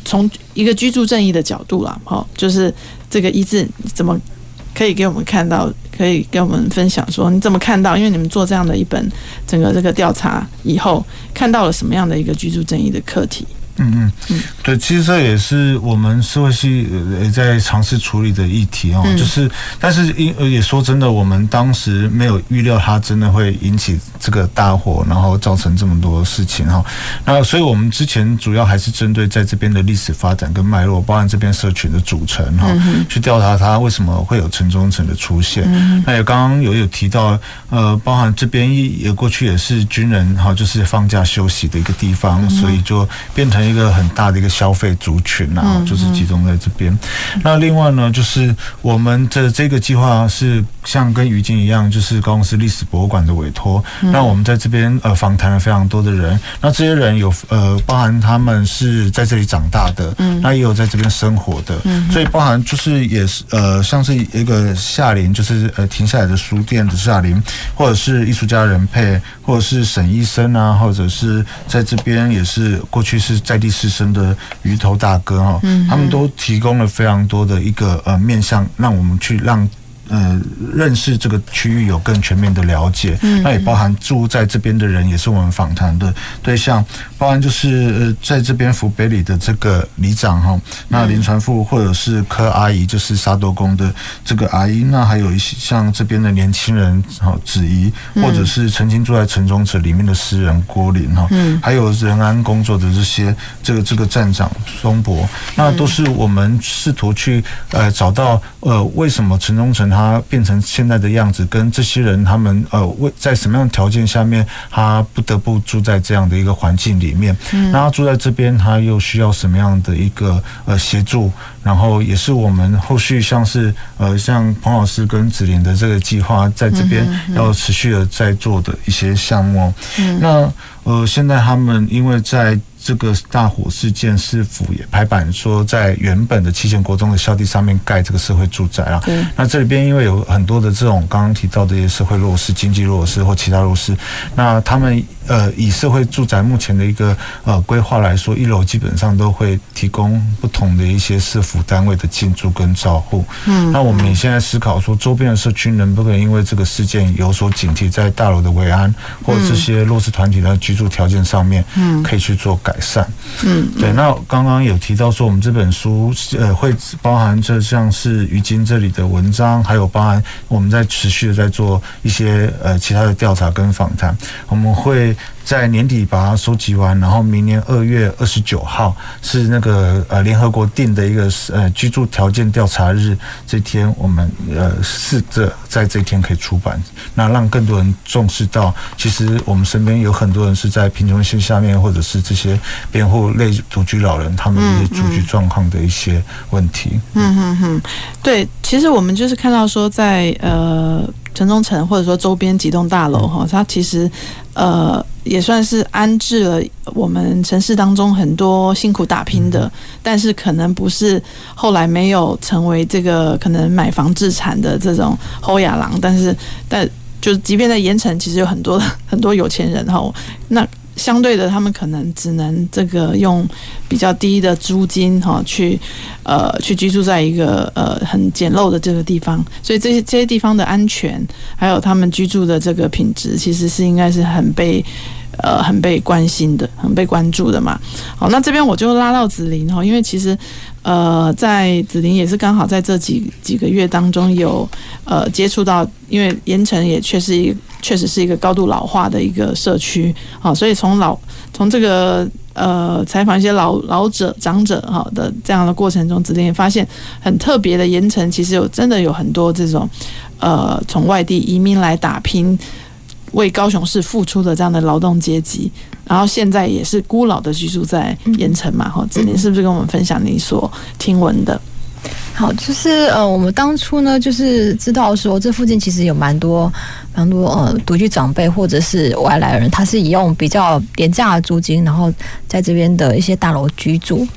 从一个居住正义的角度啦，哈，就是这个一致怎么可以给我们看到，可以给我们分享说你怎么看到，因为你们做这样的一本整个这个调查以后，看到了什么样的一个居住正义的课题？ 嗯嗯，对，其实这也是我们社会系也在尝试处理的议题哦，嗯、就是，但是也说真的，我们当时没有预料它真的会引起这个大火，然后造成这么多事情哈。那所以我们之前主要还是针对在这边的历史发展跟脉络，包含这边社群的组成哈，嗯、去调查它为什么会有城中城的出现。嗯、那也刚刚有有提到，呃，包含这边也过去也是军人哈，就是放假休息的一个地方，嗯、所以就变成一个很大的一个消费族群啊，嗯、就是集中在这边。嗯、那另外呢，就是我们的这个计划是像跟于金一样，就是高雄市历史博物馆的委托。嗯、那我们在这边呃访谈了非常多的人，那这些人有呃包含他们是在这里长大的，嗯、那也有在这边生活的，嗯、所以包含就是也是呃像是一个夏林，就是呃停下来的书店的夏林，或者是艺术家人配，或者是沈医生啊，或者是在这边也是过去是在地士绅的鱼头大哥哈，嗯、他们都提供了非常多的一个呃面向，让我们去让。呃，认识这个区域有更全面的了解，嗯、那也包含住在这边的人，也是我们访谈的对象，包含就是呃，在这边福北里的这个里长哈，那林传富或者是柯阿姨，就是沙多宫的这个阿姨，那还有一些像这边的年轻人哈，子怡，或者是曾经住在城中城里面的诗人郭林哈，嗯、还有仁安工作的这些这个这个站长松博，那都是我们试图去呃找到呃为什么城中城它变成现在的样子，跟这些人他们呃为在什么样的条件下面，他不得不住在这样的一个环境里面。嗯，那他住在这边，他又需要什么样的一个呃协助？然后也是我们后续像是呃像彭老师跟子琳的这个计划，在这边要持续的在做的一些项目。嗯，那呃现在他们因为在这个大火事件，市府也拍板说，在原本的七贤国中的校地上面盖这个社会住宅啊。那这里边因为有很多的这种刚刚提到的一些社会弱势、经济弱势或其他弱势，那他们呃以社会住宅目前的一个呃规划来说，一楼基本上都会提供不同的一些市府单位的进驻跟照护。嗯，那我们也现在思考说，周边的社区能不能因为这个事件有所警惕，在大楼的维安或者这些弱势团体的居住条件上面，嗯，可以去做改善。嗯，对。那刚刚有提到说，我们这本书呃会包含着像是于金这里的文章，还有包含我们在持续的在做一些呃其他的调查跟访谈，我们会在年底把它收集完，然后明年二月二十九号是那个呃联合国定的一个呃居住条件调查日，这天我们呃试着在这一天可以出版，那让更多人重视到，其实我们身边有很多人是在贫穷线下面，或者是这些辩护类独居老人他们一些住居状况的一些问题。 嗯嗯嗯，对，其实我们就是看到说在呃城中城或者说周边几栋大楼哈，它其实呃。也算是安置了我们城市当中很多辛苦打拼的，但是可能不是后来没有成为这个可能买房置产的这种后亚郎，但是但就即便在盐城，其实有很多很多有钱人哈，那相对的他们可能只能这个用比较低的租金哈去呃去居住在一个呃很简陋的这个地方，所以这些这些地方的安全还有他们居住的这个品质，其实是应该是很被。呃，很被关心的，很被关注的嘛。好，那这边我就拉到子琳哈，因为其实呃，在子琳也是刚好在这几几个月当中有呃接触到，因为盐城也确实一确实是一个高度老化的一个社区，好，所以从老从这个呃采访一些老老者长者哈的这样的过程中，子琳也发现很特别的盐城，其实有真的有很多这种呃从外地移民来打拼。为高雄市付出的这样的劳动阶级，然后现在也是孤老的居住在盐城嘛，哈，子琳是不是跟我们分享你所听闻的？ 好，就是呃，我们当初呢，就是知道说这附近其实有蛮多蛮多呃独居长辈或者是外来人，他是以用比较廉价的租金，然后在这边的一些大楼居住。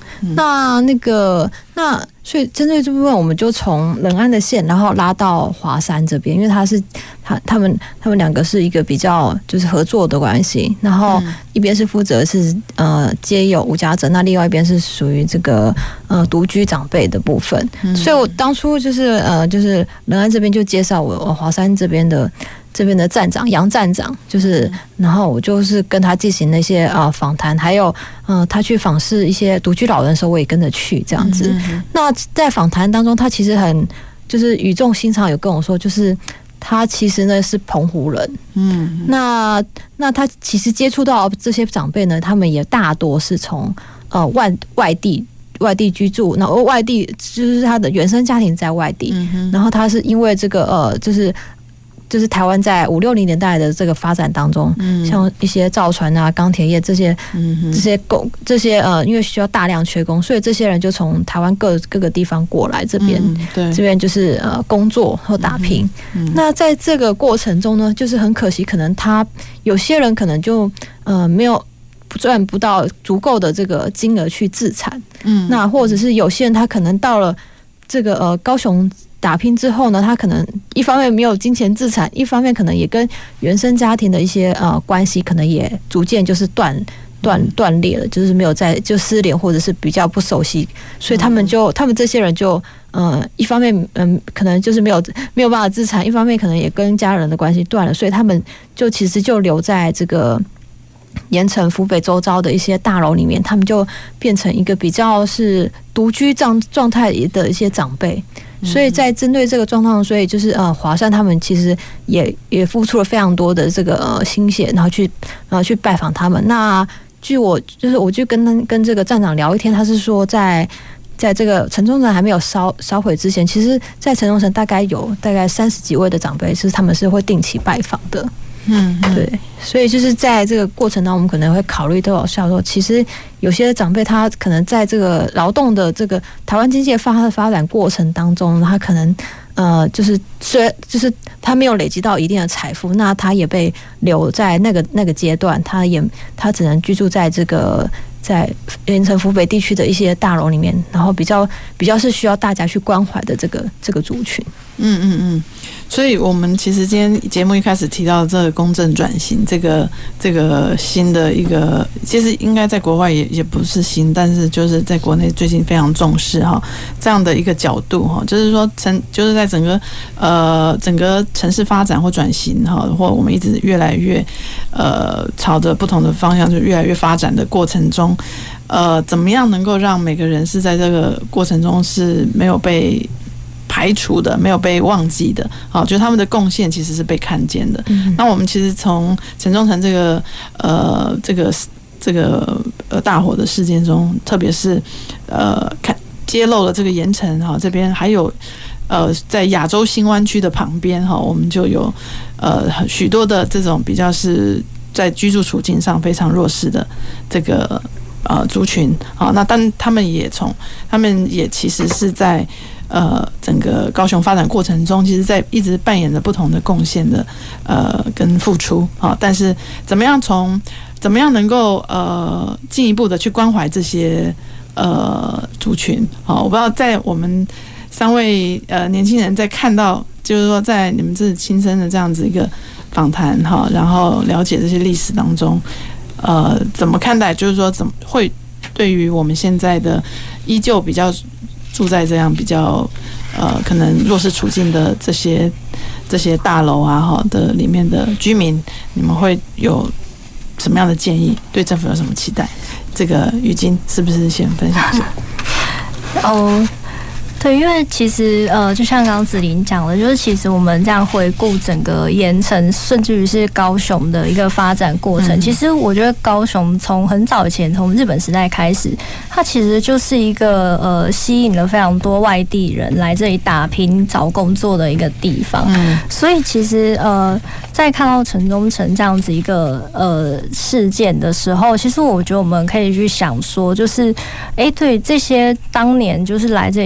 嗯、那那个那所以针对这部分，我们就从仁安的线，然后拉到华山这边，因为他是他他们他们两个是一个比较就是合作的关系，然后一边是负责是呃接有无家者，那另外一边是属于这个呃独居长辈的部分，嗯、所以我当初就是呃就是仁安这边就介绍我我华山这边的。这边的站长杨站长，就是然后我就是跟他进行那些啊访谈，还有呃他去访视一些独居老人的时候，我也跟着去这样子。嗯、那在访谈当中，他其实很就是语重心长，有跟我说，就是他其实呢是澎湖人，嗯，那那他其实接触到这些长辈呢，他们也大多是从呃外外地。外地居住，然后外地就是他的原生家庭在外地，嗯、然后他是因为这个呃，就是就是台湾在五六零年代的这个发展当中，嗯、像一些造船啊、钢铁业这些，嗯、这些工这些呃，因为需要大量缺工，所以这些人就从台湾各各个地方过来这边，嗯、对，这边就是呃工作或打拼。嗯嗯、那在这个过程中呢，就是很可惜，可能他有些人可能就呃没有。赚不到足够的这个金额去自产，嗯，那或者是有些人他可能到了这个呃高雄打拼之后呢，他可能一方面没有金钱自产，一方面可能也跟原生家庭的一些呃关系可能也逐渐就是断断断裂了，就是没有在就失联或者是比较不熟悉，所以他们就他们这些人就呃一方面嗯可能就是没有没有办法自产，一方面可能也跟家人的关系断了，所以他们就其实就留在这个。盐城、府北周遭的一些大楼里面，他们就变成一个比较是独居状状态的一些长辈，所以在针对这个状况，所以就是呃，华山他们其实也也付出了非常多的这个呃心血，然后去然后去拜访他们。那据我就是我就跟跟这个站长聊一天，他是说在在这个城中城还没有烧烧毁之前，其实在城中城大概有大概三十几位的长辈是他们是会定期拜访的。嗯，对，所以就是在这个过程当中，我们可能会考虑到说，其实有些长辈他可能在这个劳动的这个台湾经济发发展过程当中，他可能呃，就是虽然就是他没有累积到一定的财富，那他也被留在那个那个阶段，他也他只能居住在这个在盐城府北地区的一些大楼里面，然后比较比较是需要大家去关怀的这个这个族群。 嗯嗯嗯，所以我们其实今天节目一开始提到这个公正转型，这个这个新的一个，其实应该在国外也也不是新，但是就是在国内最近非常重视哈这样的一个角度哈，就是说城就是在整个呃整个城市发展或转型哈，或我们一直越来越呃朝着不同的方向就越来越发展的过程中，呃怎么样能够让每个人是在这个过程中是没有被排除的，没有被忘记的，好，就是他们的贡献其实是被看见的。嗯、那我们其实从城中城这个呃这个这个呃大火的事件中，特别是呃看揭露了这个盐城哈这边，还有呃在亚洲新湾区的旁边哈，我们就有呃许多的这种比较是在居住处境上非常弱势的这个呃族群啊，那但他们也从他们也其实是在。呃，整个高雄发展过程中，其实在一直扮演着不同的贡献的呃跟付出啊，但是怎么样从怎么样能够呃进一步的去关怀这些呃族群啊？我不知道在我们三位呃年轻人在看到，就是说在你们这亲身的这样子一个访谈哈，然后了解这些历史当中，呃，怎么看待？就是说怎么会对于我们现在的依旧比较。住在这样比较呃可能弱势处境的这些这些大楼啊哈的里面的居民，你们会有什么样的建议？对政府有什么期待？这个雨菁是不是先分享一下？ 哦。对，因为其实呃，就像刚刚子琳讲的，就是其实我们这样回顾整个盐城，甚至于是高雄的一个发展过程，嗯、其实我觉得高雄从很早以前，从日本时代开始，它其实就是一个呃吸引了非常多外地人来这里打拼找工作的一个地方。嗯，所以其实呃，在看到城中城这样子一个呃事件的时候，其实我觉得我们可以去想说，就是哎，对这些当年就是来这里新。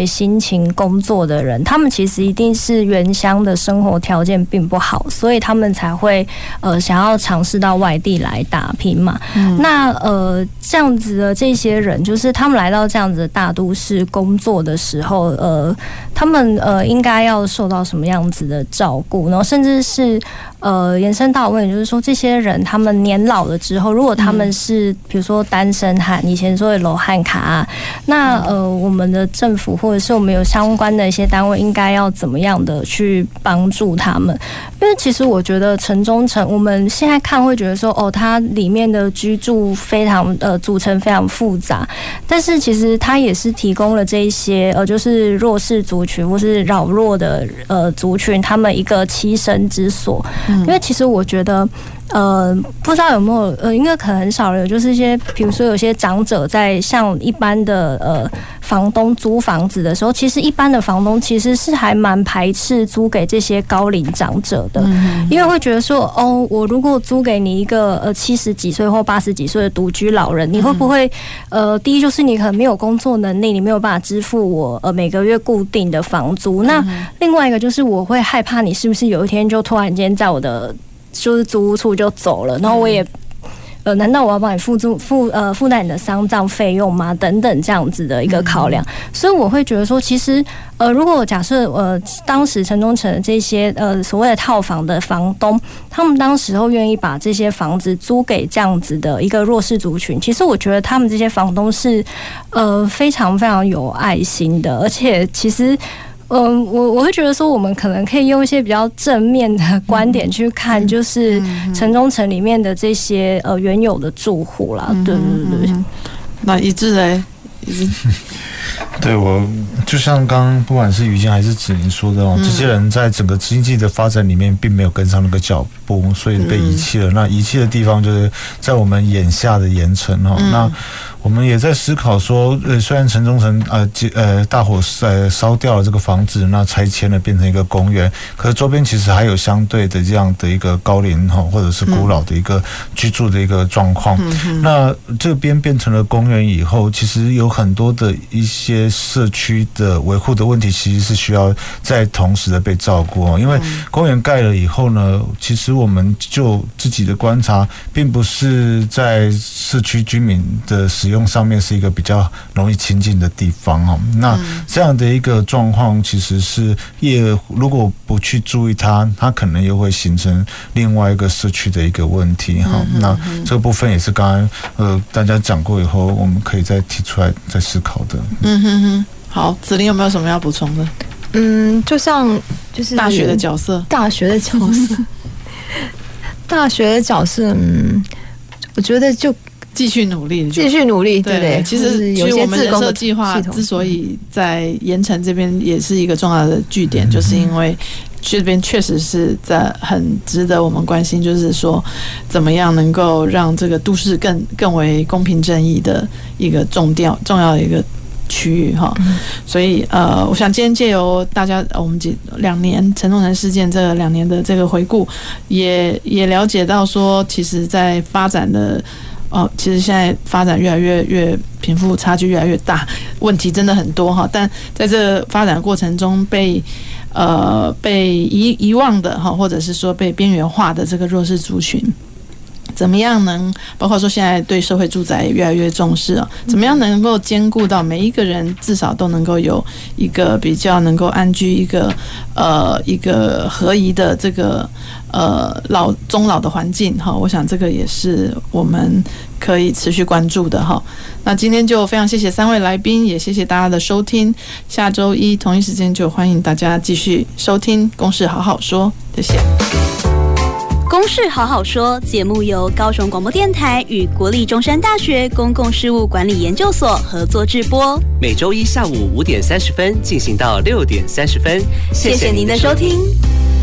勤工作的人，他们其实一定是原乡的生活条件并不好，所以他们才会呃想要尝试到外地来打拼嘛。嗯、那呃这样子的这些人，就是他们来到这样子的大都市工作的时候，呃，他们呃应该要受到什么样子的照顾，然后甚至是呃延伸到问题，就是说这些人他们年老了之后，如果他们是比如说单身汉，以前说的罗汉卡、啊，那呃我们的政府或者是我们有相关的一些单位，应该要怎么样的去帮助他们？因为其实我觉得城中城，我们现在看会觉得说，哦，它里面的居住非常呃组成非常复杂，但是其实它也是提供了这一些呃就是弱势族群或是扰弱的呃族群他们一个栖身之所。嗯、因为其实我觉得。呃，不知道有没有呃，应该可能很少人，就是一些，比如说有些长者在像一般的呃房东租房子的时候，其实一般的房东其实是还蛮排斥租给这些高龄长者的，嗯、因为会觉得说，哦，我如果租给你一个呃七十几岁或八十几岁的独居老人，你会不会呃，第一就是你可能没有工作能力，你没有办法支付我呃每个月固定的房租，那另外一个就是我会害怕你是不是有一天就突然间在我的就是租屋处就走了，然后我也，呃，难道我要帮你付租付呃负担你的丧葬费用吗？等等这样子的一个考量，嗯、所以我会觉得说，其实呃，如果假设呃当时城中城的这些呃所谓的套房的房东，他们当时候愿意把这些房子租给这样子的一个弱势族群，其实我觉得他们这些房东是呃非常非常有爱心的，而且其实。嗯，我我会觉得说，我们可能可以用一些比较正面的观点去看，就是城中城里面的这些呃原有的住户啦。对对对。 那一致嘞，一致。 对，我就像刚刚不管是于静还是子宁说的哦，这些人在整个经济的发展里面并没有跟上那个脚步，所以被遗弃了。那遗弃的地方就是在我们眼下的盐城哦。那我们也在思考说，呃，虽然城中城呃呃大火呃烧掉了这个房子，那拆迁了变成一个公园，可是周边其实还有相对的这样的一个高龄哈或者是古老的一个居住的一个状况。嗯、那这边变成了公园以后，其实有很多的一些社区的维护的问题，其实是需要在同时的被照顾哦。因为公园盖了以后呢，其实我们就自己的观察，并不是在社区居民的使用。用上面是一个比较容易亲近的地方哦，那这样的一个状况，其实是也如果不去注意它，它可能又会形成另外一个社区的一个问题哈。那这个部分也是刚刚呃大家讲过以后，我们可以再提出来再思考的。 嗯哼哼，好，子琳有没有什么要补充的？ 嗯，就像就是大学的角色， 大学的角色，大学的角色，嗯，我觉得就。 继续努力， 继续努力，对对。 其实，其实我们人社计划之所以在盐城这边也是一个重要的据点，就是因为这边确实是在很值得我们关心，就是说怎么样能够让这个都市更更为公平正义的一个重要重要的一个区域哈。所以呃，我想今天借由大家我们两年城中城事件这两年的这个回顾，也也了解到说，其实在发展的。哦，其实现在发展越来越越贫富差距越来越大，问题真的很多哈。但在这个发展过程中被呃被遗遗忘的哈，或者是说被边缘化的这个弱势族群，怎么样能包括说现在对社会住宅也越来越重视啊？怎么样能够兼顾到每一个人至少都能够有一个比较能够安居一个呃一个合宜的这个呃老终老的环境哈？我想这个也是我们可以持续关注的哈。那今天就非常谢谢三位来宾，也谢谢大家的收听。下周一同一时间就欢迎大家继续收听《公事好好说》，谢谢。 公事好好说节目由高雄广播电台与国立中山大学公共事务管理研究所合作制播， 每周一下午五点三十分进行到六点三十分。 谢谢您的收听。